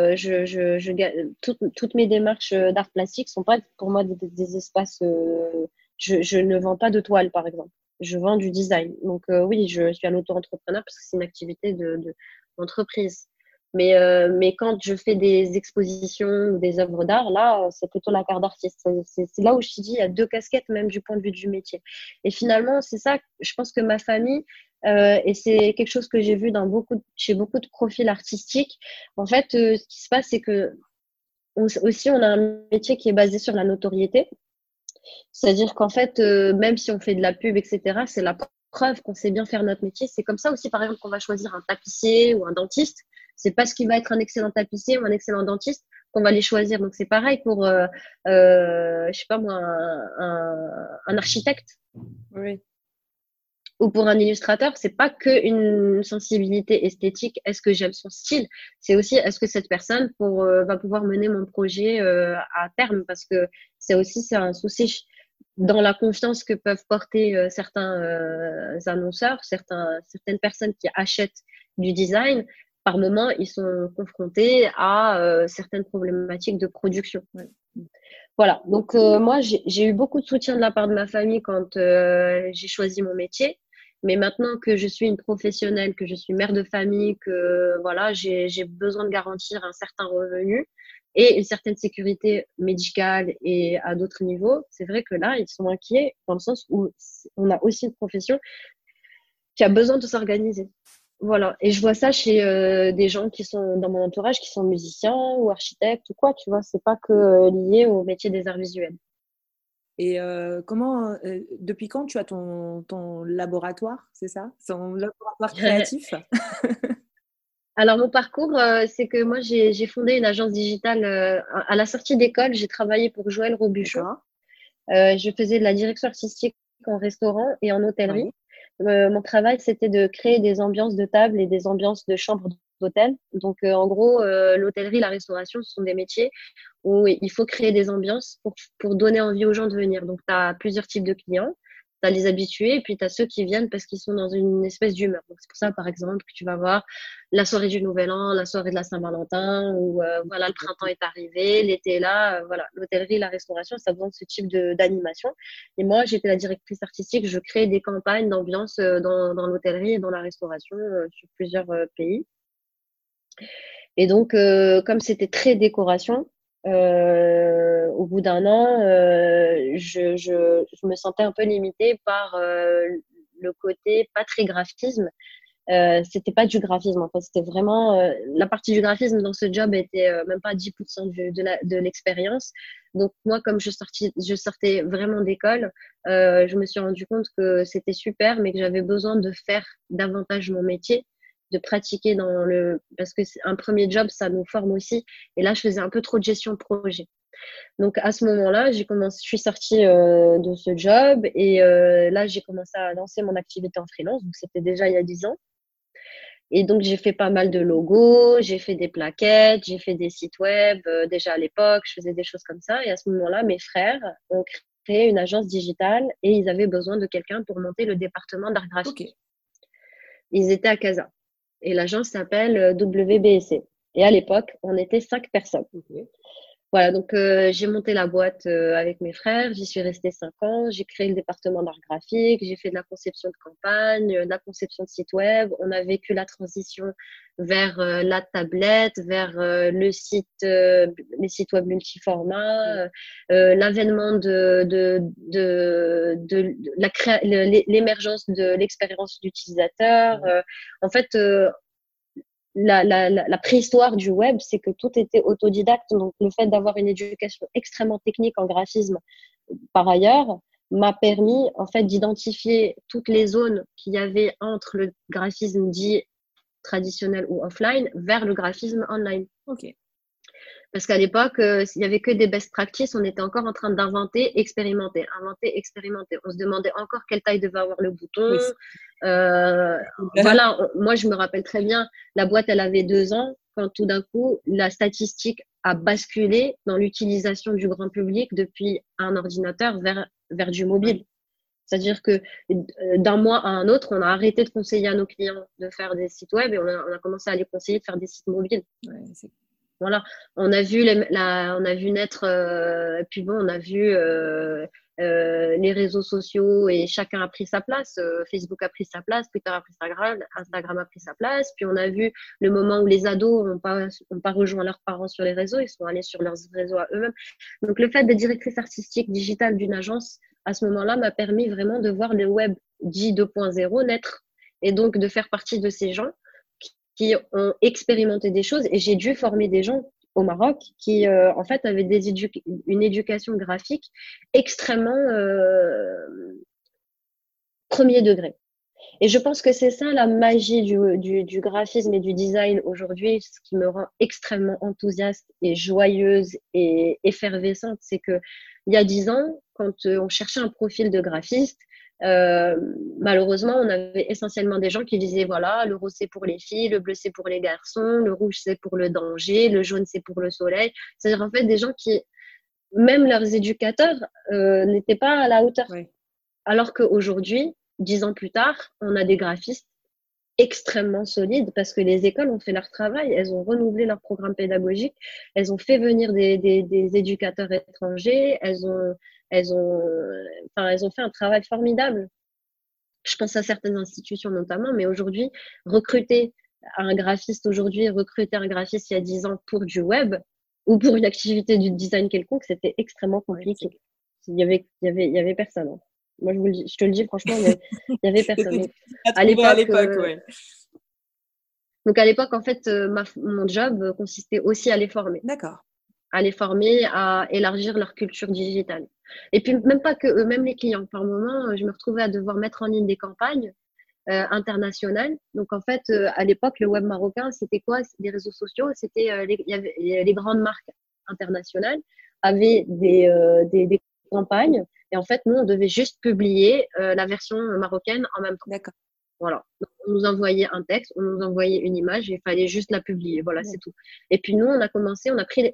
toutes mes démarches d'art plastique sont pas pour moi des espaces. Je ne vends pas de toile, par exemple. Je vends du design. Donc oui, je suis un auto-entrepreneur parce que c'est une activité d'entreprise. Mais quand je fais des expositions ou des œuvres d'art, là, c'est plutôt la carte d'artiste. C'est là où je te dis, il y a deux casquettes, même du point de vue du métier. Et finalement, c'est ça, je pense que ma famille, et c'est quelque chose que j'ai vu chez beaucoup de profils artistiques. En fait, ce qui se passe, c'est que aussi, on a un métier qui est basé sur la notoriété. C'est-à-dire qu'en fait, même si on fait de la pub, etc., c'est la preuve qu'on sait bien faire notre métier. C'est comme ça aussi, par exemple, qu'on va choisir un tapissier ou un dentiste. C'est parce qu'il va être un excellent tapissier ou un excellent dentiste qu'on va les choisir. Donc, c'est pareil pour, je sais pas moi, un architecte. Oui. Ou pour un illustrateur, c'est pas que une sensibilité esthétique. Est-ce que j'aime son style? C'est aussi est-ce que cette personne va pouvoir mener mon projet à terme? Parce que c'est un souci dans la confiance que peuvent porter certains annonceurs, certaines personnes qui achètent du design. Par moment, ils sont confrontés à certaines problématiques de production. Ouais. Voilà. Donc moi, j'ai eu beaucoup de soutien de la part de ma famille quand j'ai choisi mon métier. Mais maintenant que je suis une professionnelle, que je suis mère de famille, que voilà, j'ai besoin de garantir un certain revenu et une certaine sécurité médicale et à d'autres niveaux, c'est vrai que là, ils sont inquiets dans le sens où on a aussi une profession qui a besoin de s'organiser. Voilà. Et je vois ça chez des gens qui sont dans mon entourage, qui sont musiciens ou architectes ou quoi, tu vois. C'est pas que lié au métier des arts visuels. Et depuis quand tu as ton laboratoire, c'est ça? Ton laboratoire créatif? Alors, mon parcours, c'est que moi, j'ai fondé une agence digitale à la sortie d'école. J'ai travaillé pour Joël Robuchon. Je faisais de la direction artistique en restaurant et en hôtellerie. Ouais. Mon travail, c'était de créer des ambiances de table et des ambiances de chambre d'hôtel. Donc, en gros, l'hôtellerie, la restauration, ce sont des métiers où il faut créer des ambiances pour donner envie aux gens de venir. Donc, tu as plusieurs types de clients. Tu as les habitués et puis tu as ceux qui viennent parce qu'ils sont dans une espèce d'humeur. Donc, c'est pour ça, par exemple, que tu vas voir la soirée du Nouvel An, la soirée de la Saint-Valentin, ou voilà, le printemps est arrivé, l'été est là. Voilà, l'hôtellerie, la restauration, ça a besoin de ce type d'animation. Et moi, j'étais la directrice artistique. Je crée des campagnes d'ambiance dans l'hôtellerie et dans la restauration sur plusieurs pays. Et donc, comme c'était très décoration, au bout d'un an, je me sentais un peu limitée par le côté pas très graphisme. C'était pas du graphisme, en fait, c'était vraiment la partie du graphisme dans ce job était même pas 10% de l'expérience. Donc moi, comme je sortais vraiment d'école, je me suis rendu compte que c'était super, mais que j'avais besoin de faire davantage mon métier, de pratiquer parce que un premier job, ça nous forme aussi. Et là, je faisais un peu trop de gestion de projet. Donc à ce moment-là, je suis sortie de ce job et là, j'ai commencé à lancer mon activité en freelance. Donc c'était déjà il y a 10 ans. Et donc, j'ai fait pas mal de logos, j'ai fait des plaquettes, j'ai fait des sites web. Déjà à l'époque, je faisais des choses comme ça. Et à ce moment-là, mes frères ont créé une agence digitale et ils avaient besoin de quelqu'un pour monter le département d'art graphique. Okay. Ils étaient à Casa. Et l'agence s'appelle WBSC. Et à l'époque, on était 5 personnes. Okay. Voilà, donc j'ai monté la boîte avec mes frères, j'y suis restée 5 ans, j'ai créé le département d'art graphique, j'ai fait de la conception de campagne, de la conception de site web, on a vécu la transition vers la tablette, vers les sites web multiformat, l'avènement l'émergence de l'expérience d'utilisateur. En fait, la préhistoire du web, c'est que tout était autodidacte. Donc, le fait d'avoir une éducation extrêmement technique en graphisme, par ailleurs, m'a permis, en fait, d'identifier toutes les zones qu'il y avait entre le graphisme dit traditionnel ou offline vers le graphisme online. Okay. Parce qu'à l'époque, il n'y avait que des best practices, on était encore en train d'inventer, expérimenter, inventer, expérimenter. On se demandait encore quelle taille devait avoir le bouton. Oui. Voilà, moi je me rappelle très bien, la boîte elle avait 2 ans, quand tout d'un coup la statistique a basculé dans l'utilisation du grand public depuis un ordinateur vers du mobile. C'est-à-dire que d'un mois à un autre, on a arrêté de conseiller à nos clients de faire des sites web et on a commencé à les conseiller de faire des sites mobiles. Voilà, on a vu naître, puis bon, on a vu les réseaux sociaux et chacun a pris sa place. Facebook a pris sa place, Twitter a pris sa place, Instagram a pris sa place. Puis on a vu le moment où les ados n'ont pas rejoint leurs parents sur les réseaux, ils sont allés sur leurs réseaux à eux-mêmes. Donc le fait d'être directrice artistique digitale d'une agence, à ce moment-là, m'a permis vraiment de voir le web dit 2.0 naître et donc de faire partie de ces gens qui ont expérimenté des choses. Et j'ai dû former des gens au Maroc qui, en fait, avaient une éducation graphique extrêmement premier degré. Et je pense que c'est ça la magie du graphisme et du design aujourd'hui, ce qui me rend extrêmement enthousiaste et joyeuse et effervescente, c'est que il y a 10 ans, quand on cherchait un profil de graphiste, malheureusement, on avait essentiellement des gens qui disaient voilà, le rose c'est pour les filles, le bleu c'est pour les garçons, le rouge c'est pour le danger, le jaune c'est pour le soleil. C'est-à-dire en fait des gens qui, même leurs éducateurs, n'étaient pas à la hauteur. Oui. Alors qu'aujourd'hui, 10 ans plus tard, on a des graphistes extrêmement solides parce que les écoles ont fait leur travail, elles ont renouvelé leur programme pédagogique, elles ont fait venir des éducateurs étrangers, elles ont fait un travail formidable. Je pense à certaines institutions notamment, mais aujourd'hui, recruter un graphiste il y a 10 ans pour du web ou pour une activité du design quelconque, c'était extrêmement compliqué. Il y avait personne. Hein. Moi, je te le dis franchement, il y avait personne. À l'époque, ouais. Donc à l'époque, en fait, mon job consistait aussi à les former. D'accord. À les former, à élargir leur culture digitale. Et puis même pas que eux, même les clients. Par moment, je me retrouvais à devoir mettre en ligne des campagnes internationales. Donc en fait, à l'époque, le web marocain, c'était quoi? Les réseaux sociaux, c'était les grandes marques internationales avaient des campagnes. Et en fait, nous, on devait juste publier la version marocaine en même temps. D'accord. Voilà. Donc, on nous envoyait un texte, on nous envoyait une image et il fallait juste la publier. Voilà, c'est tout. Et puis nous, on a commencé, on a pris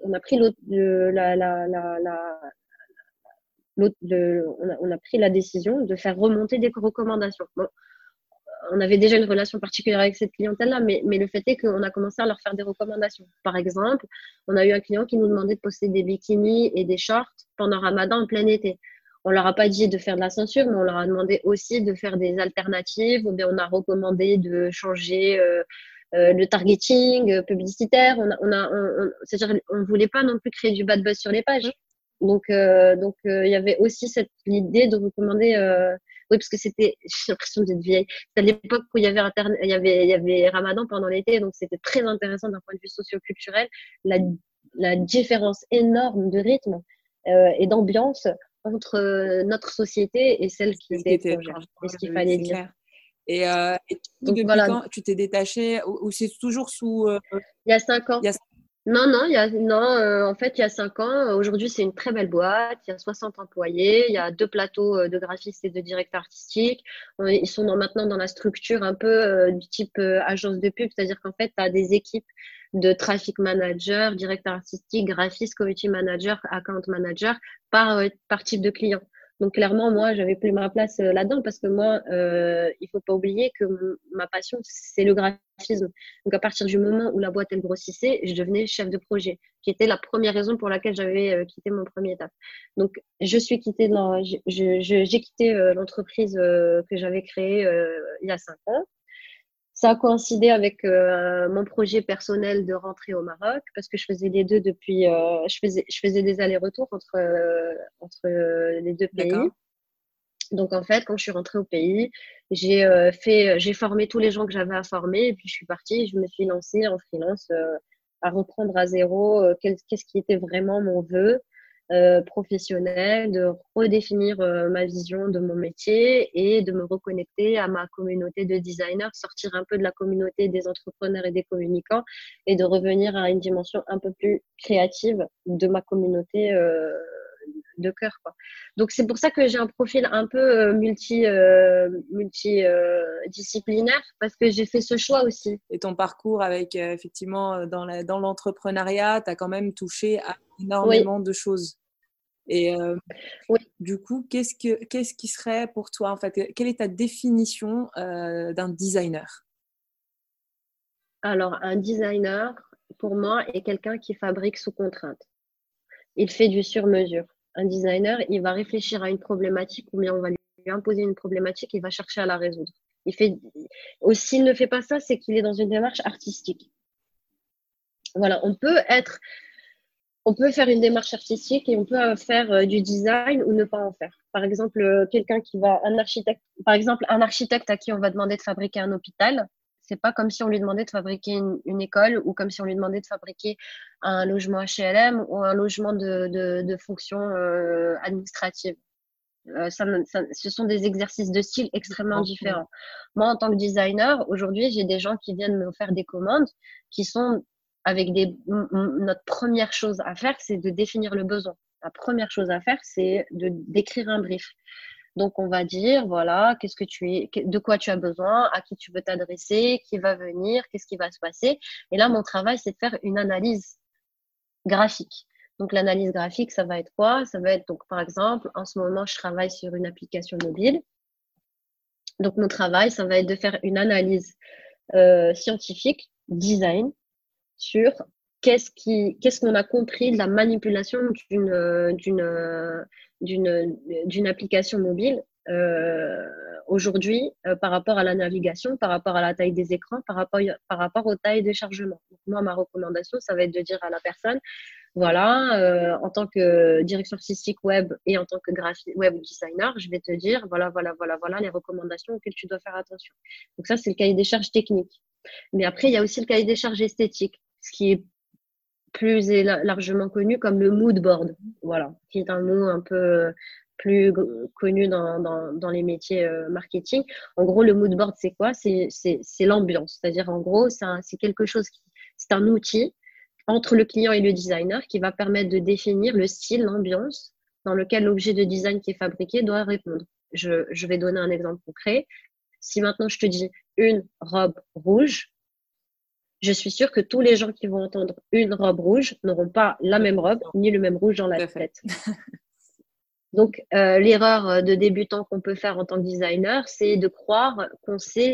la décision de faire remonter des recommandations. Bon, on avait déjà une relation particulière avec cette clientèle-là, mais le fait est qu'on a commencé à leur faire des recommandations. Par exemple, on a eu un client qui nous demandait de poster des bikinis et des shorts pendant Ramadan en plein été. On leur a pas dit de faire de la censure, mais on leur a demandé aussi de faire des alternatives, ou bien on a recommandé de changer le targeting publicitaire. C'est-à-dire, on voulait pas non plus créer du bad buzz sur les pages. Donc, il y avait aussi l'idée de recommander. Oui, parce que j'ai l'impression d'être vieille. C'était à l'époque où il y avait Ramadan pendant l'été, donc c'était très intéressant d'un point de vue socio-culturel, la différence énorme de rythme et d'ambiance entre notre société et celle qui était étrangère. Et ce qu'il fallait dire. Clair. Et donc, depuis quand tu t'es détachée ou c'est toujours sous… Il y a 5 ans. Non, en fait, il y a 5 ans. Aujourd'hui, c'est une très belle boîte. Il y a 60 employés. Il y a 2 plateaux de graphistes et de directeurs artistiques. Ils sont maintenant dans la structure un peu du type agence de pub. C'est-à-dire qu'en fait, tu as des équipes de traffic manager, directeur artistique, graphiste, community manager, account manager par type de client. Donc clairement, moi, j'avais plus ma place là-dedans parce que moi, il faut pas oublier que ma passion, c'est le graphisme. Donc à partir du moment où la boîte elle grossissait, je devenais chef de projet, qui était la première raison pour laquelle j'avais quitté mon premier étape. Donc j'ai quitté l'entreprise que j'avais créée il y a 5 ans. Ça a coïncidé avec mon projet personnel de rentrer au Maroc parce que je faisais les deux depuis. Je faisais des allers-retours entre les deux pays. D'accord. Donc en fait, quand je suis rentrée au pays, j'ai formé tous les gens que j'avais à former et puis je suis partie. Je me suis lancée en freelance à reprendre à zéro. Qu'est-ce qui était vraiment mon vœu professionnelle, de redéfinir ma vision de mon métier et de me reconnecter à ma communauté de designers, sortir un peu de la communauté des entrepreneurs et des communicants et de revenir à une dimension un peu plus créative de ma communauté de cœur, quoi. Donc c'est pour ça que j'ai un profil un peu disciplinaire parce que j'ai fait ce choix aussi. Et ton parcours avec effectivement dans l'entrepreneuriat, tu as quand même touché à énormément de choses. Et du coup, qu'est-ce qui serait pour toi en fait, quelle est ta définition d'un designer? Alors un designer pour moi est quelqu'un qui fabrique sous contrainte. Il fait du sur-mesure. Un designer, il va réfléchir à une problématique ou bien on va lui imposer une problématique et il va chercher à la résoudre. S'il ne fait pas ça, c'est qu'il est dans une démarche artistique. Voilà, on peut faire une démarche artistique et on peut faire du design ou ne pas en faire. Par exemple, un architecte à qui on va demander de fabriquer un hôpital, c'est pas comme si on lui demandait de fabriquer une école ou comme si on lui demandait de fabriquer un logement HLM ou un logement de fonction administrative. Ce sont des exercices de style extrêmement différents. Moi, en tant que designer, aujourd'hui, j'ai des gens qui viennent me faire des commandes qui sont notre première chose à faire, c'est de définir le besoin. La première chose à faire, c'est d'écrire un brief. Donc, on va dire, voilà, de quoi tu as besoin, à qui tu veux t'adresser, qui va venir, qu'est-ce qui va se passer. Et là, mon travail, c'est de faire une analyse graphique. Donc, l'analyse graphique, ça va être quoi? Ça va être, donc, par exemple, en ce moment, je travaille sur une application mobile. Donc, mon travail, ça va être de faire une analyse scientifique, design, sur qu'est-ce qu'on a compris de la manipulation d'une application mobile aujourd'hui par rapport à la navigation, par rapport à la taille des écrans, par rapport aux tailles de chargement. Donc, moi, ma recommandation, ça va être de dire à la personne, voilà, en tant que direction artistique web et en tant que web designer, je vais te dire, voilà les recommandations auxquelles tu dois faire attention. Donc ça, c'est le cahier des charges technique. Mais après, il y a aussi le cahier des charges esthétiques, ce qui est plus largement connu comme le mood board, voilà, qui est un mot un peu plus connu dans les métiers marketing. En gros, le mood board, c'est quoi? C'est l'ambiance. C'est-à-dire, en gros, c'est quelque chose c'est un outil entre le client et le designer qui va permettre de définir le style, l'ambiance dans lequel l'objet de design qui est fabriqué doit répondre. Je vais donner un exemple concret. Si maintenant je te dis une robe rouge, je suis sûre que tous les gens qui vont entendre une robe rouge n'auront pas la même robe ni le même rouge dans la tête. Donc, l'erreur de débutant qu'on peut faire en tant que designer, c'est de croire qu'on sait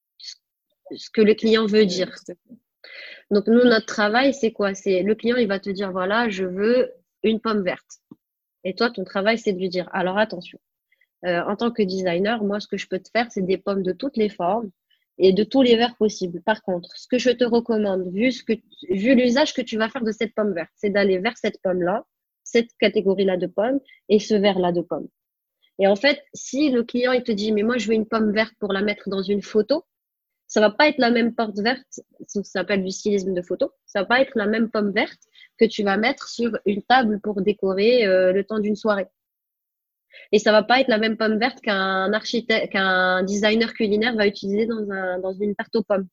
ce que le client veut dire. Donc, nous, notre travail, c'est quoi? C'est le client, il va te dire, voilà, je veux une pomme verte. Et toi, ton travail, c'est de lui dire, alors attention, en tant que designer, moi, ce que je peux te faire, c'est des pommes de toutes les formes et de tous les verts possibles. Par contre, ce que je te recommande, vu l'usage que tu vas faire de cette pomme verte, c'est d'aller vers cette pomme-là, cette catégorie-là de pommes et ce vert-là de pommes. Et en fait, si le client, il te dit, mais moi, je veux une pomme verte pour la mettre dans une photo, ça va pas être la même porte verte, ça s'appelle du stylisme de photo, ça va pas être la même pomme verte que tu vas mettre sur une table pour décorer le temps d'une soirée. Et ça va pas être la même pomme verte qu'un designer culinaire va utiliser dans une tarte aux pommes.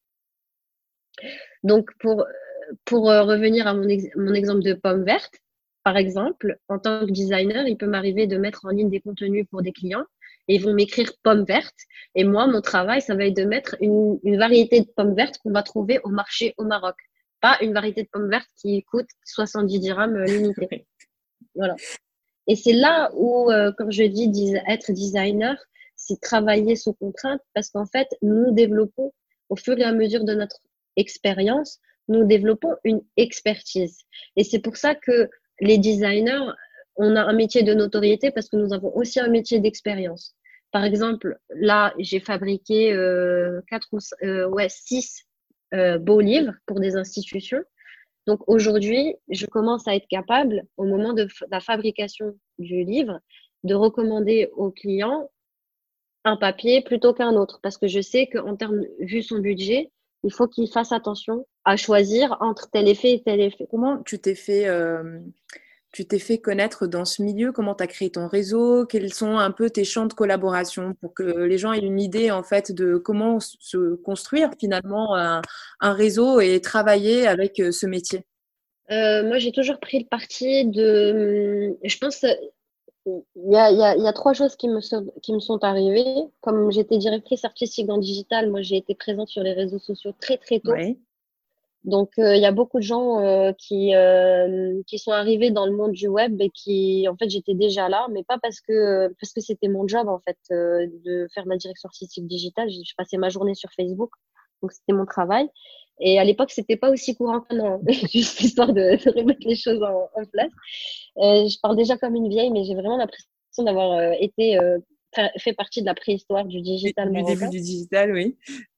Donc, pour revenir à mon exemple de pomme verte, par exemple, en tant que designer, il peut m'arriver de mettre en ligne des contenus pour des clients et ils vont m'écrire pomme verte. Et moi, mon travail, ça va être de mettre une variété de pommes vertes qu'on va trouver au marché au Maroc. Pas une variété de pommes vertes qui coûte 70 dirhams l'unité. Voilà. Et c'est là où, quand je dis être designer, c'est travailler sous contrainte parce qu'en fait, nous développons, au fur et à mesure de notre expérience, nous développons une expertise. Et c'est pour ça que les designers, on a un métier de notoriété parce que nous avons aussi un métier d'expérience. Par exemple, là, j'ai fabriqué 6 beaux livres pour des institutions. Donc aujourd'hui, je commence à être capable, au moment de la fabrication du livre, de recommander au client un papier plutôt qu'un autre. Parce que je sais qu'en termes, vu son budget, il faut qu'il fasse attention à choisir entre tel effet et tel effet. Comment tu t'es fait tu t'es fait connaître dans ce milieu? Comment tu as créé ton réseau? Quels sont un peu tes champs de collaboration pour que les gens aient une idée en fait de comment se construire finalement un réseau et travailler avec ce métier? Moi, j'ai toujours pris le parti de. Je pense il y a trois choses qui me sont arrivées. Comme j'étais directrice artistique dans le digital, moi, j'ai été présente sur les réseaux sociaux très, très tôt. Oui. Donc, il y a beaucoup de gens qui sont arrivés dans le monde du web et qui, en fait, j'étais déjà là, mais pas parce que c'était mon job, en fait, de faire de la direction artistique digitale. Je passais ma journée sur Facebook, donc c'était mon travail. Et à l'époque, c'était pas aussi courant que maintenant, juste histoire de remettre les choses en place. Je parle déjà comme une vieille, mais j'ai vraiment l'impression d'avoir fait partie de la préhistoire du digital Du début marocain. du digital, oui.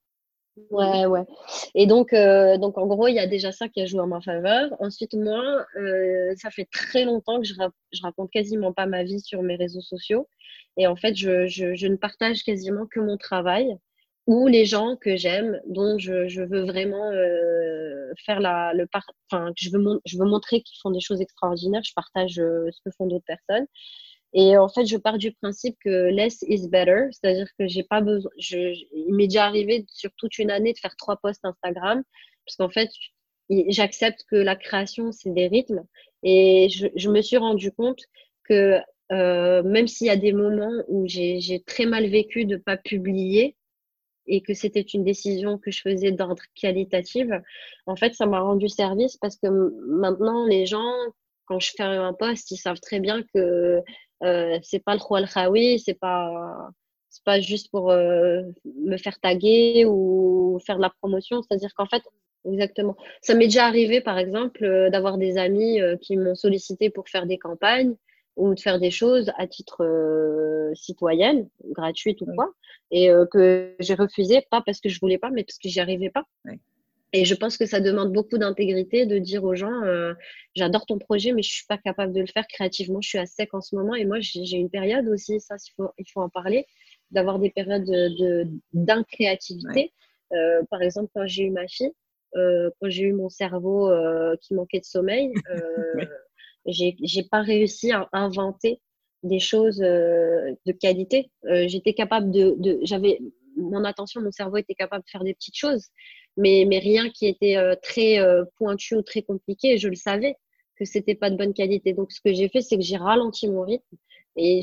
Ouais, ouais. Et donc en gros, il y a déjà ça qui a joué en ma faveur. Ensuite, moi, ça fait très longtemps que je raconte quasiment pas ma vie sur mes réseaux sociaux. Et en fait, je ne partage quasiment que mon travail ou les gens que j'aime, dont je veux vraiment faire enfin, je veux montrer qu'ils font des choses extraordinaires. Je partage ce que font d'autres personnes. Et en fait, je pars du principe que less is better, c'est-à-dire que j'ai pas besoin. Il m'est déjà arrivé sur toute une année de faire 3 posts Instagram, parce qu'en fait, j'accepte que la création, c'est des rythmes. Et je me suis rendu compte que même s'il y a des moments où j'ai très mal vécu de pas publier et que c'était une décision que je faisais d'ordre qualitatif, en fait, ça m'a rendu service parce que maintenant, les gens, quand je fais un post, ils savent très bien que c'est pas le roi al khawi, c'est pas juste pour me faire taguer ou faire de la promotion. C'est-à-dire qu'en fait, exactement. Ça m'est déjà arrivé, par exemple, d'avoir des amis qui m'ont sollicité pour faire des campagnes ou de faire des choses à titre citoyenne, gratuite ou quoi, et que j'ai refusé, pas parce que je voulais pas, mais parce que j'y arrivais pas. Ouais. Et je pense que ça demande beaucoup d'intégrité de dire aux gens, j'adore ton projet, mais je suis pas capable de le faire créativement. Je suis à sec en ce moment. Et moi, j'ai une période aussi, ça, il faut en parler, d'avoir des périodes d'incréativité. Par exemple, quand j'ai eu ma fille, quand j'ai eu mon cerveau qui manquait de sommeil, j'ai pas réussi à inventer des choses de qualité. J'étais capable j'avais mon attention, mon cerveau était capable de faire des petites choses, mais rien qui était très pointu ou très compliqué. Je le savais que c'était pas de bonne qualité. Donc, ce que j'ai fait, c'est que j'ai ralenti mon rythme et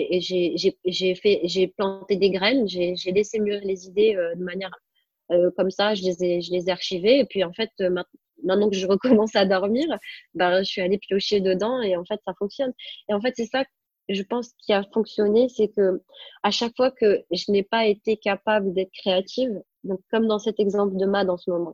j'ai planté des graines. J'ai laissé mûrir les idées de manière comme ça. Je les ai archivées. Et puis, en fait, maintenant que je recommence à dormir, ben, je suis allée piocher dedans et en fait, ça fonctionne. Et en fait, c'est ça, je pense, qui a fonctionné, c'est que à chaque fois que je n'ai pas été capable d'être créative, donc comme dans cet exemple de Mad en ce moment,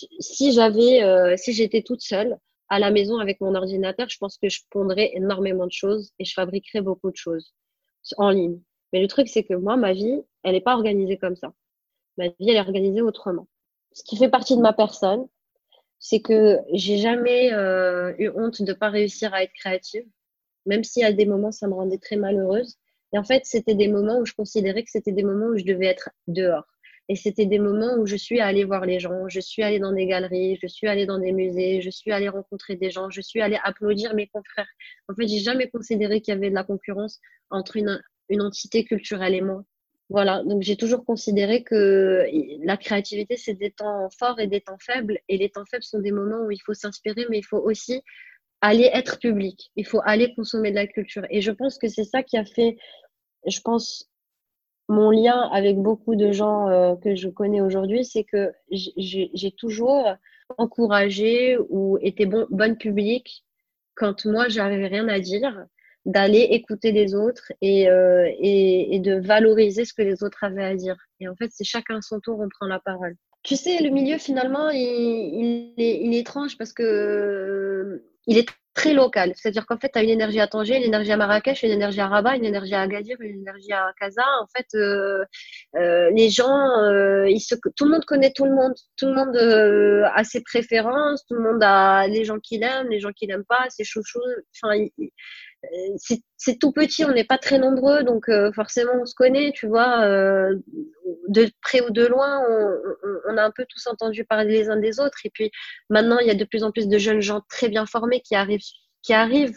si j'étais toute seule à la maison avec mon ordinateur, je pense que je pondrais énormément de choses et je fabriquerais beaucoup de choses en ligne. Mais le truc, c'est que moi, ma vie, elle n'est pas organisée comme ça. Ma vie, elle est organisée autrement. Ce qui fait partie de ma personne, c'est que j'ai jamais eu honte de pas réussir à être créative, même si à des moments ça me rendait très malheureuse. Et en fait, c'était des moments où je considérais que c'était des moments où je devais être dehors. Et c'était des moments où je suis allée voir les gens, je suis allée dans des galeries, je suis allée dans des musées, je suis allée rencontrer des gens, je suis allée applaudir mes confrères. En fait, j'ai jamais considéré qu'il y avait de la concurrence entre une entité culturelle et moi. Voilà, donc j'ai toujours considéré que la créativité, c'est des temps forts et des temps faibles. Et les temps faibles sont des moments où il faut s'inspirer, mais il faut aussi aller être public. Il faut aller consommer de la culture. Et je pense que c'est ça qui a fait, je pense, mon lien avec beaucoup de gens que je connais aujourd'hui, c'est que j'ai toujours encouragé ou été bonne public quand moi, j'avais rien à dire, d'aller écouter les autres et de valoriser ce que les autres avaient à dire. Et en fait, c'est chacun à son tour, on prend la parole. Tu sais, le milieu, finalement, il est étrange parce que il est très local. C'est-à-dire qu'en fait, tu as une énergie à Tanger, une énergie à Marrakech, une énergie à Rabat, une énergie à Agadir, une énergie à Casa. En fait, les gens, tout le monde connaît tout le monde. Tout le monde a ses préférences, tout le monde a les gens qu'il aime, les gens qu'il n'aime pas, ses chouchous. Enfin, c'est tout petit, on n'est pas très nombreux, donc forcément on se connaît, tu vois, de près ou de loin, on a un peu tous entendu parler les uns des autres. Et puis maintenant, il y a de plus en plus de jeunes gens très bien formés qui arrivent qui arrivent,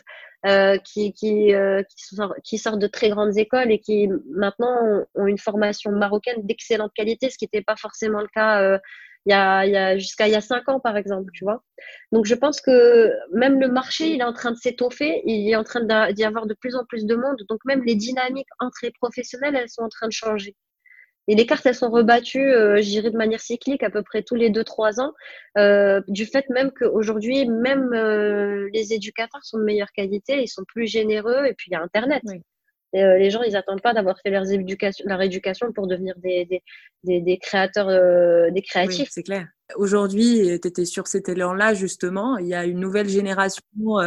qui sortent de très grandes écoles et qui maintenant ont une formation marocaine d'excellente qualité, ce qui n'était pas forcément le cas jusqu'à il y a 5 ans, par exemple, tu vois. Donc, je pense que même le marché, il est en train de s'étoffer, il est en train d'y avoir de plus en plus de monde. Donc, même les dynamiques entre les professionnels, elles sont en train de changer. Et les cartes, elles sont rebattues, je dirais, de manière cyclique, à peu près tous les 2-3 ans, du fait même qu'aujourd'hui, même les éducateurs sont de meilleure qualité, ils sont plus généreux, et puis il y a Internet. Oui. Les gens, ils n'attendent pas d'avoir fait leur éducation pour devenir des créateurs, des créatifs. Oui, c'est clair. Aujourd'hui, tu étais sur cet élan-là, justement. Il y a une nouvelle génération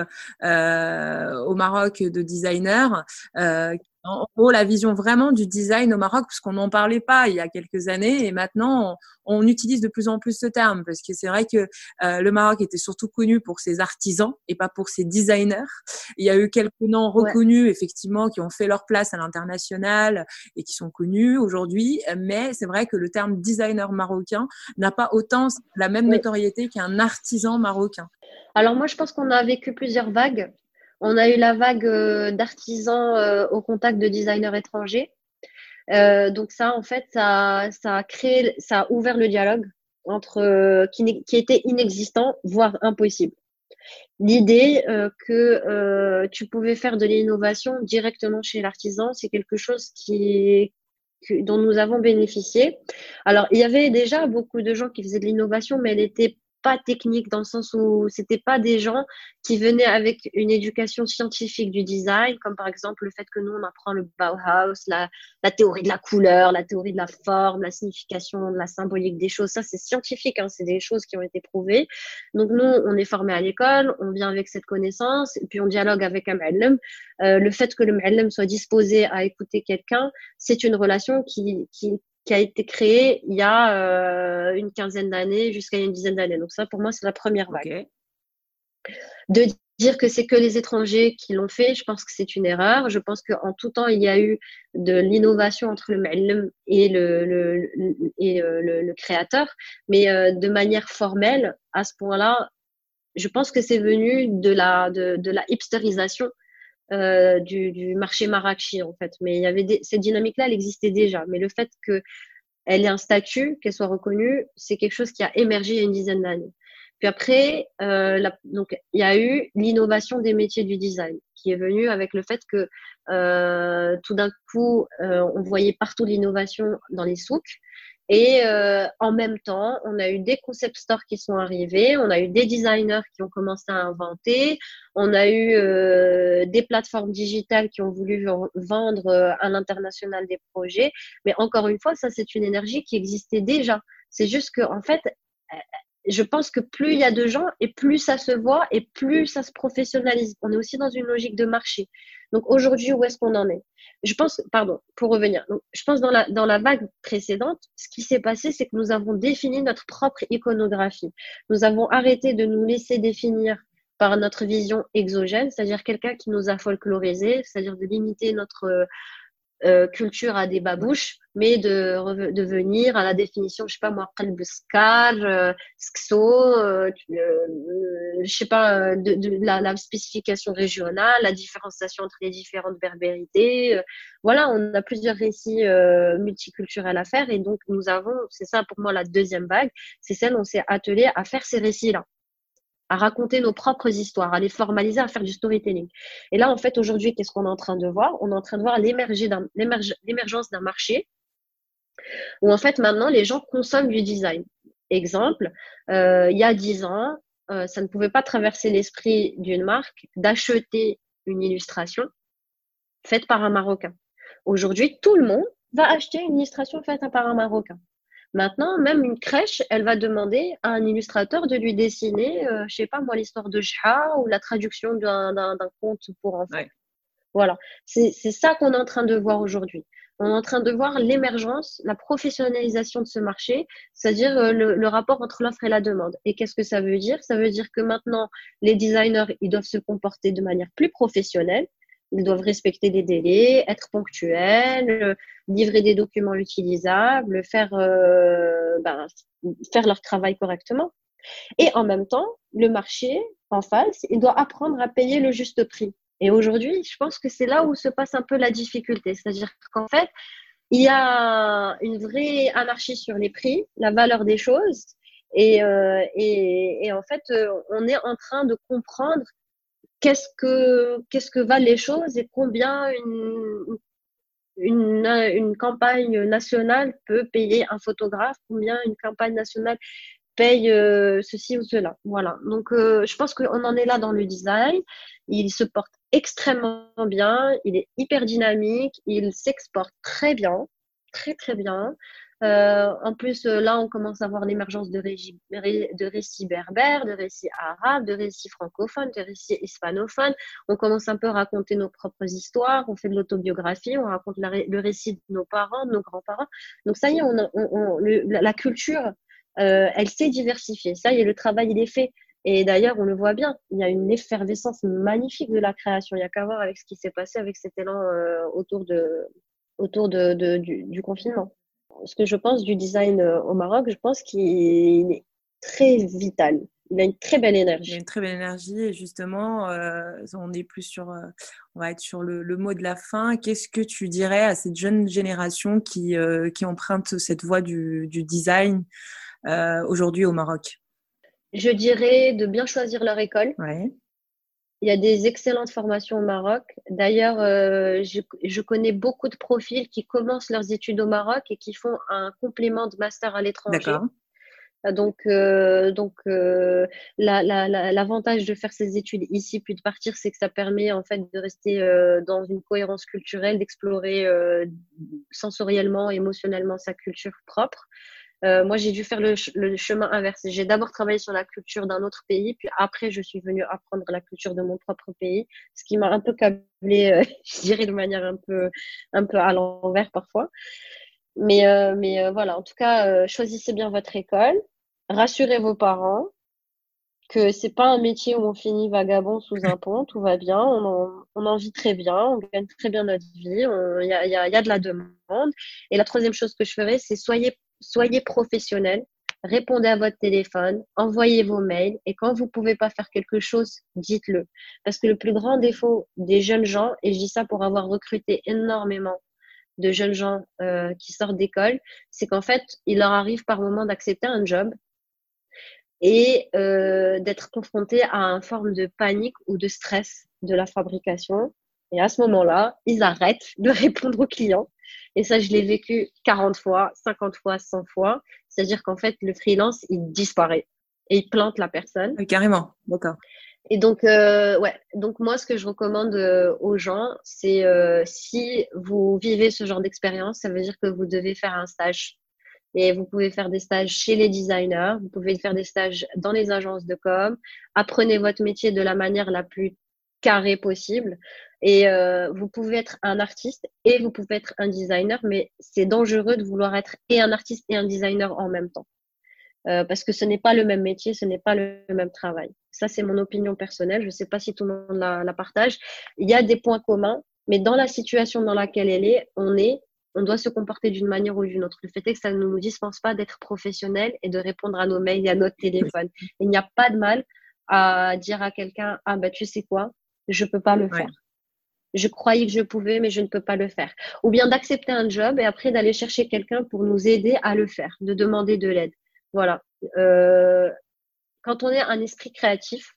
au Maroc de designers en gros, la vision vraiment du design au Maroc, parce qu'on n'en parlait pas il y a quelques années, et maintenant, on utilise de plus en plus ce terme, parce que c'est vrai que le Maroc était surtout connu pour ses artisans et pas pour ses designers. Il y a eu quelques noms reconnus, effectivement, qui ont fait leur place à l'international et qui sont connus aujourd'hui, mais c'est vrai que le terme designer marocain n'a pas autant la même notoriété qu'un artisan marocain. Alors moi, je pense qu'on a vécu plusieurs vagues. On a eu la vague d'artisans au contact de designers étrangers. Donc ça, en fait, ça a ouvert le dialogue qui était inexistant, voire impossible. L'idée que tu pouvais faire de l'innovation directement chez l'artisan, c'est quelque chose dont nous avons bénéficié. Alors, il y avait déjà beaucoup de gens qui faisaient de l'innovation, mais elle n'était pas technique dans le sens où c'était pas des gens qui venaient avec une éducation scientifique du design, comme par exemple le fait que nous, on apprend le Bauhaus, la théorie de la couleur, la théorie de la forme, la signification, la symbolique des choses. Ça, c'est scientifique, hein, c'est des choses qui ont été prouvées. Donc, nous, on est formés à l'école, on vient avec cette connaissance, et puis on dialogue avec un mu'allim. Le fait que le mu'allim soit disposé à écouter quelqu'un, c'est une relation qui a été créée il y a une quinzaine d'années jusqu'à une dizaine d'années. Donc ça, pour moi, c'est la première vague. Okay. De dire que c'est que les étrangers qui l'ont fait, je pense que c'est une erreur. Je pense qu'en tout temps, il y a eu de l'innovation entre le mu'allim et le créateur, mais de manière formelle, à ce point-là, je pense que c'est venu de la hipsterisation du marché marrakchi, en fait. Mais il y avait cette dynamique-là, elle existait déjà. Mais le fait qu'elle ait un statut, qu'elle soit reconnue, c'est quelque chose qui a émergé il y a une dizaine d'années. Puis après, donc il y a eu l'innovation des métiers du design qui est venue avec le fait que tout d'un coup, on voyait partout l'innovation dans les souks. Et en même temps, on a eu des concept stores qui sont arrivés, on a eu des designers qui ont commencé à inventer, on a eu des plateformes digitales qui ont voulu vendre à l'international des projets. Mais encore une fois, ça, c'est une énergie qui existait déjà. C'est juste que, en fait, je pense que plus il y a de gens et plus ça se voit et plus ça se professionnalise. On est aussi dans une logique de marché. Donc aujourd'hui, où est-ce qu'on en est? Je pense, pardon, pour revenir, donc, je pense dans la vague précédente, ce qui s'est passé, c'est que nous avons défini notre propre iconographie. Nous avons arrêté de nous laisser définir par notre vision exogène, c'est-à-dire quelqu'un qui nous a folklorisé, c'est-à-dire de limiter notre culture à des babouches, mais de venir à la définition, je sais pas moi, qalb skar, skso, je sais pas, de la spécification régionale, la différenciation entre les différentes berbérités. Voilà, on a plusieurs récits multiculturels à faire et donc nous avons, c'est ça pour moi la deuxième vague, c'est celle où on s'est attelé à faire ces récits-là, à raconter nos propres histoires, à les formaliser, à faire du storytelling. Et là, en fait, aujourd'hui, qu'est-ce qu'on est en train de voir? On est en train de voir l'émergence d'un marché où, en fait, maintenant, les gens consomment du design. Exemple, il y a 10 ans, ça ne pouvait pas traverser l'esprit d'une marque d'acheter une illustration faite par un Marocain. Aujourd'hui, tout le monde va acheter une illustration faite par un Marocain. Maintenant, même une crèche, elle va demander à un illustrateur de lui dessiner, je sais pas moi, l'histoire de Jha ou la traduction d'un conte pour enfants. Ouais. Voilà, c'est ça qu'on est en train de voir aujourd'hui. On est en train de voir l'émergence, la professionnalisation de ce marché, c'est-à-dire le rapport entre l'offre et la demande. Et qu'est-ce que ça veut dire? Ça veut dire que maintenant, les designers, ils doivent se comporter de manière plus professionnelle. Ils doivent respecter des délais, être ponctuels, livrer des documents utilisables, faire leur travail correctement. Et en même temps, le marché en face, il doit apprendre à payer le juste prix. Et aujourd'hui, je pense que c'est là où se passe un peu la difficulté. C'est-à-dire qu'en fait, il y a une vraie anarchie sur les prix, la valeur des choses. Et en fait, on est en train de comprendre qu'est-ce que valent les choses et combien une campagne nationale peut payer un photographe, combien une campagne nationale paye ceci ou cela. Voilà. Donc, je pense qu'on en est là dans le design. Il se porte extrêmement bien. Il est hyper dynamique. Il s'exporte très bien. Très, très bien. En plus, là, on commence à voir l'émergence de récits berbères, de récits arabes, de récits francophones, de récits hispanophones. On commence un peu à raconter nos propres histoires. On fait de l'autobiographie. On raconte le récit de nos parents, de nos grands-parents. Donc, ça y est, la culture elle s'est diversifiée. Ça y est, le travail, il est fait. Et d'ailleurs, on le voit bien, il y a une effervescence magnifique de la création. Il n'y a qu'à voir avec ce qui s'est passé avec cet élan autour du confinement. Ce que je pense du design au Maroc, je pense qu'il est très vital. Il a une très belle énergie. Il a une très belle énergie et justement, on est plus sur, on va être sur le mot de la fin. Qu'est-ce que tu dirais à cette jeune génération qui emprunte cette voie du design aujourd'hui au Maroc? Je dirais de bien choisir leur école. Ouais. Il y a des excellentes formations au Maroc. D'ailleurs, je connais beaucoup de profils qui commencent leurs études au Maroc et qui font un complément de master à l'étranger. D'accord. Donc, l'avantage de faire ces études ici puis de partir, c'est que ça permet en fait de rester dans une cohérence culturelle, d'explorer sensoriellement, émotionnellement sa culture propre. Moi, j'ai dû faire le chemin inverse. J'ai d'abord travaillé sur la culture d'un autre pays, puis après, je suis venue apprendre la culture de mon propre pays, ce qui m'a un peu câblée, je dirais de manière un peu à l'envers parfois. Mais voilà, en tout cas, choisissez bien votre école, rassurez vos parents que c'est pas un métier où on finit vagabond sous un pont, tout va bien, on en vit très bien, on gagne très bien notre vie, il y a de la demande. Et la troisième chose que je ferais, c'est soyez professionnel, répondez à votre téléphone, envoyez vos mails et quand vous pouvez pas faire quelque chose, dites-le. Parce que le plus grand défaut des jeunes gens, et je dis ça pour avoir recruté énormément de jeunes gens qui sortent d'école, c'est qu'en fait, il leur arrive par moment d'accepter un job et d'être confrontés à une forme de panique ou de stress de la fabrication. Et à ce moment-là, ils arrêtent de répondre aux clients. Et ça, je l'ai vécu 40 fois, 50 fois, 100 fois. C'est-à-dire qu'en fait, le freelance, il disparaît et il plante la personne. Oui, carrément, d'accord. Et donc, donc moi, ce que je recommande aux gens, c'est si vous vivez ce genre d'expérience, ça veut dire que vous devez faire un stage. Et vous pouvez faire des stages chez les designers, vous pouvez faire des stages dans les agences de com. Apprenez votre métier de la manière la plus carrée possible. Et vous pouvez être un artiste et vous pouvez être un designer, mais c'est dangereux de vouloir être et un artiste et un designer en même temps. Parce que ce n'est pas le même métier, ce n'est pas le même travail. Ça, c'est mon opinion personnelle. Je ne sais pas si tout le monde la partage. Il y a des points communs, mais dans la situation dans laquelle on doit se comporter d'une manière ou d'une autre. Le fait est que ça ne nous dispense pas d'être professionnel et de répondre à nos mails et à notre téléphone. Il n'y a pas de mal à dire à quelqu'un, ah bah tu sais quoi, je peux pas le faire. Je croyais que je pouvais, mais je ne peux pas le faire. Ou bien d'accepter un job et après d'aller chercher quelqu'un pour nous aider à le faire, de demander de l'aide. Voilà. Quand on est un esprit créatif,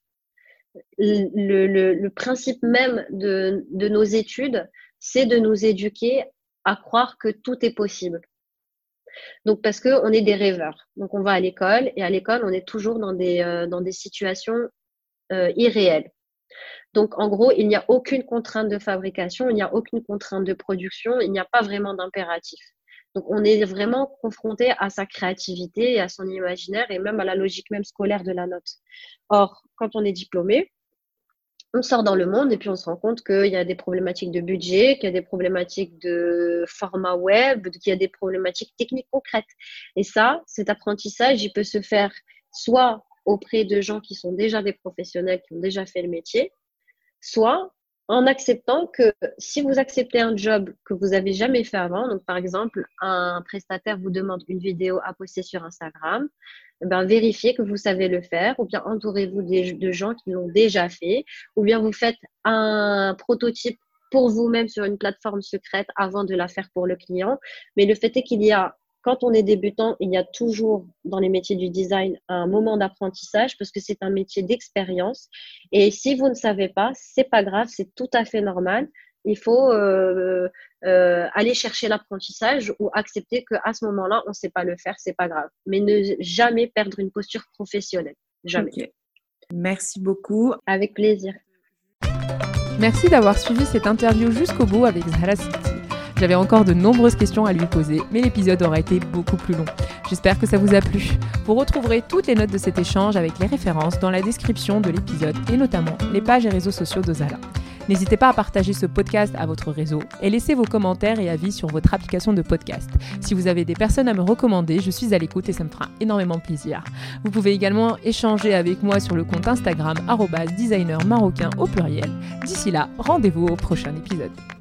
le principe même de nos études, c'est de nous éduquer à croire que tout est possible. Donc, parce qu'on est des rêveurs. Donc, on va à l'école et à l'école, on est toujours dans des situations irréelles. Donc, en gros, il n'y a aucune contrainte de fabrication, il n'y a aucune contrainte de production, il n'y a pas vraiment d'impératif. Donc, on est vraiment confronté à sa créativité et à son imaginaire et même à la logique même scolaire de la note. Or, quand on est diplômé, on sort dans le monde et puis on se rend compte qu'il y a des problématiques de budget, qu'il y a des problématiques de format web, qu'il y a des problématiques techniques concrètes. Et ça, cet apprentissage, il peut se faire soit auprès de gens qui sont déjà des professionnels, qui ont déjà fait le métier, soit en acceptant que si vous acceptez un job que vous avez jamais fait avant, donc par exemple, un prestataire vous demande une vidéo à poster sur Instagram, vérifiez que vous savez le faire, ou bien entourez-vous de gens qui l'ont déjà fait, ou bien vous faites un prototype pour vous-même sur une plateforme secrète avant de la faire pour le client. Mais le fait est quand on est débutant, il y a toujours dans les métiers du design un moment d'apprentissage parce que c'est un métier d'expérience. Et si vous ne savez pas, c'est pas grave, c'est tout à fait normal. Il faut aller chercher l'apprentissage ou accepter qu'à ce moment-là, on ne sait pas le faire, c'est pas grave. Mais ne jamais perdre une posture professionnelle. Jamais. Okay. Merci beaucoup. Avec plaisir. Merci d'avoir suivi cette interview jusqu'au bout avec Zahra Sidti. J'avais encore de nombreuses questions à lui poser, mais l'épisode aura été beaucoup plus long. J'espère que ça vous a plu. Vous retrouverez toutes les notes de cet échange avec les références dans la description de l'épisode et notamment les pages et réseaux sociaux de Zahra. N'hésitez pas à partager ce podcast à votre réseau et laissez vos commentaires et avis sur votre application de podcast. Si vous avez des personnes à me recommander, je suis à l'écoute et ça me fera énormément plaisir. Vous pouvez également échanger avec moi sur le compte Instagram @designermarocain au pluriel. D'ici là, rendez-vous au prochain épisode.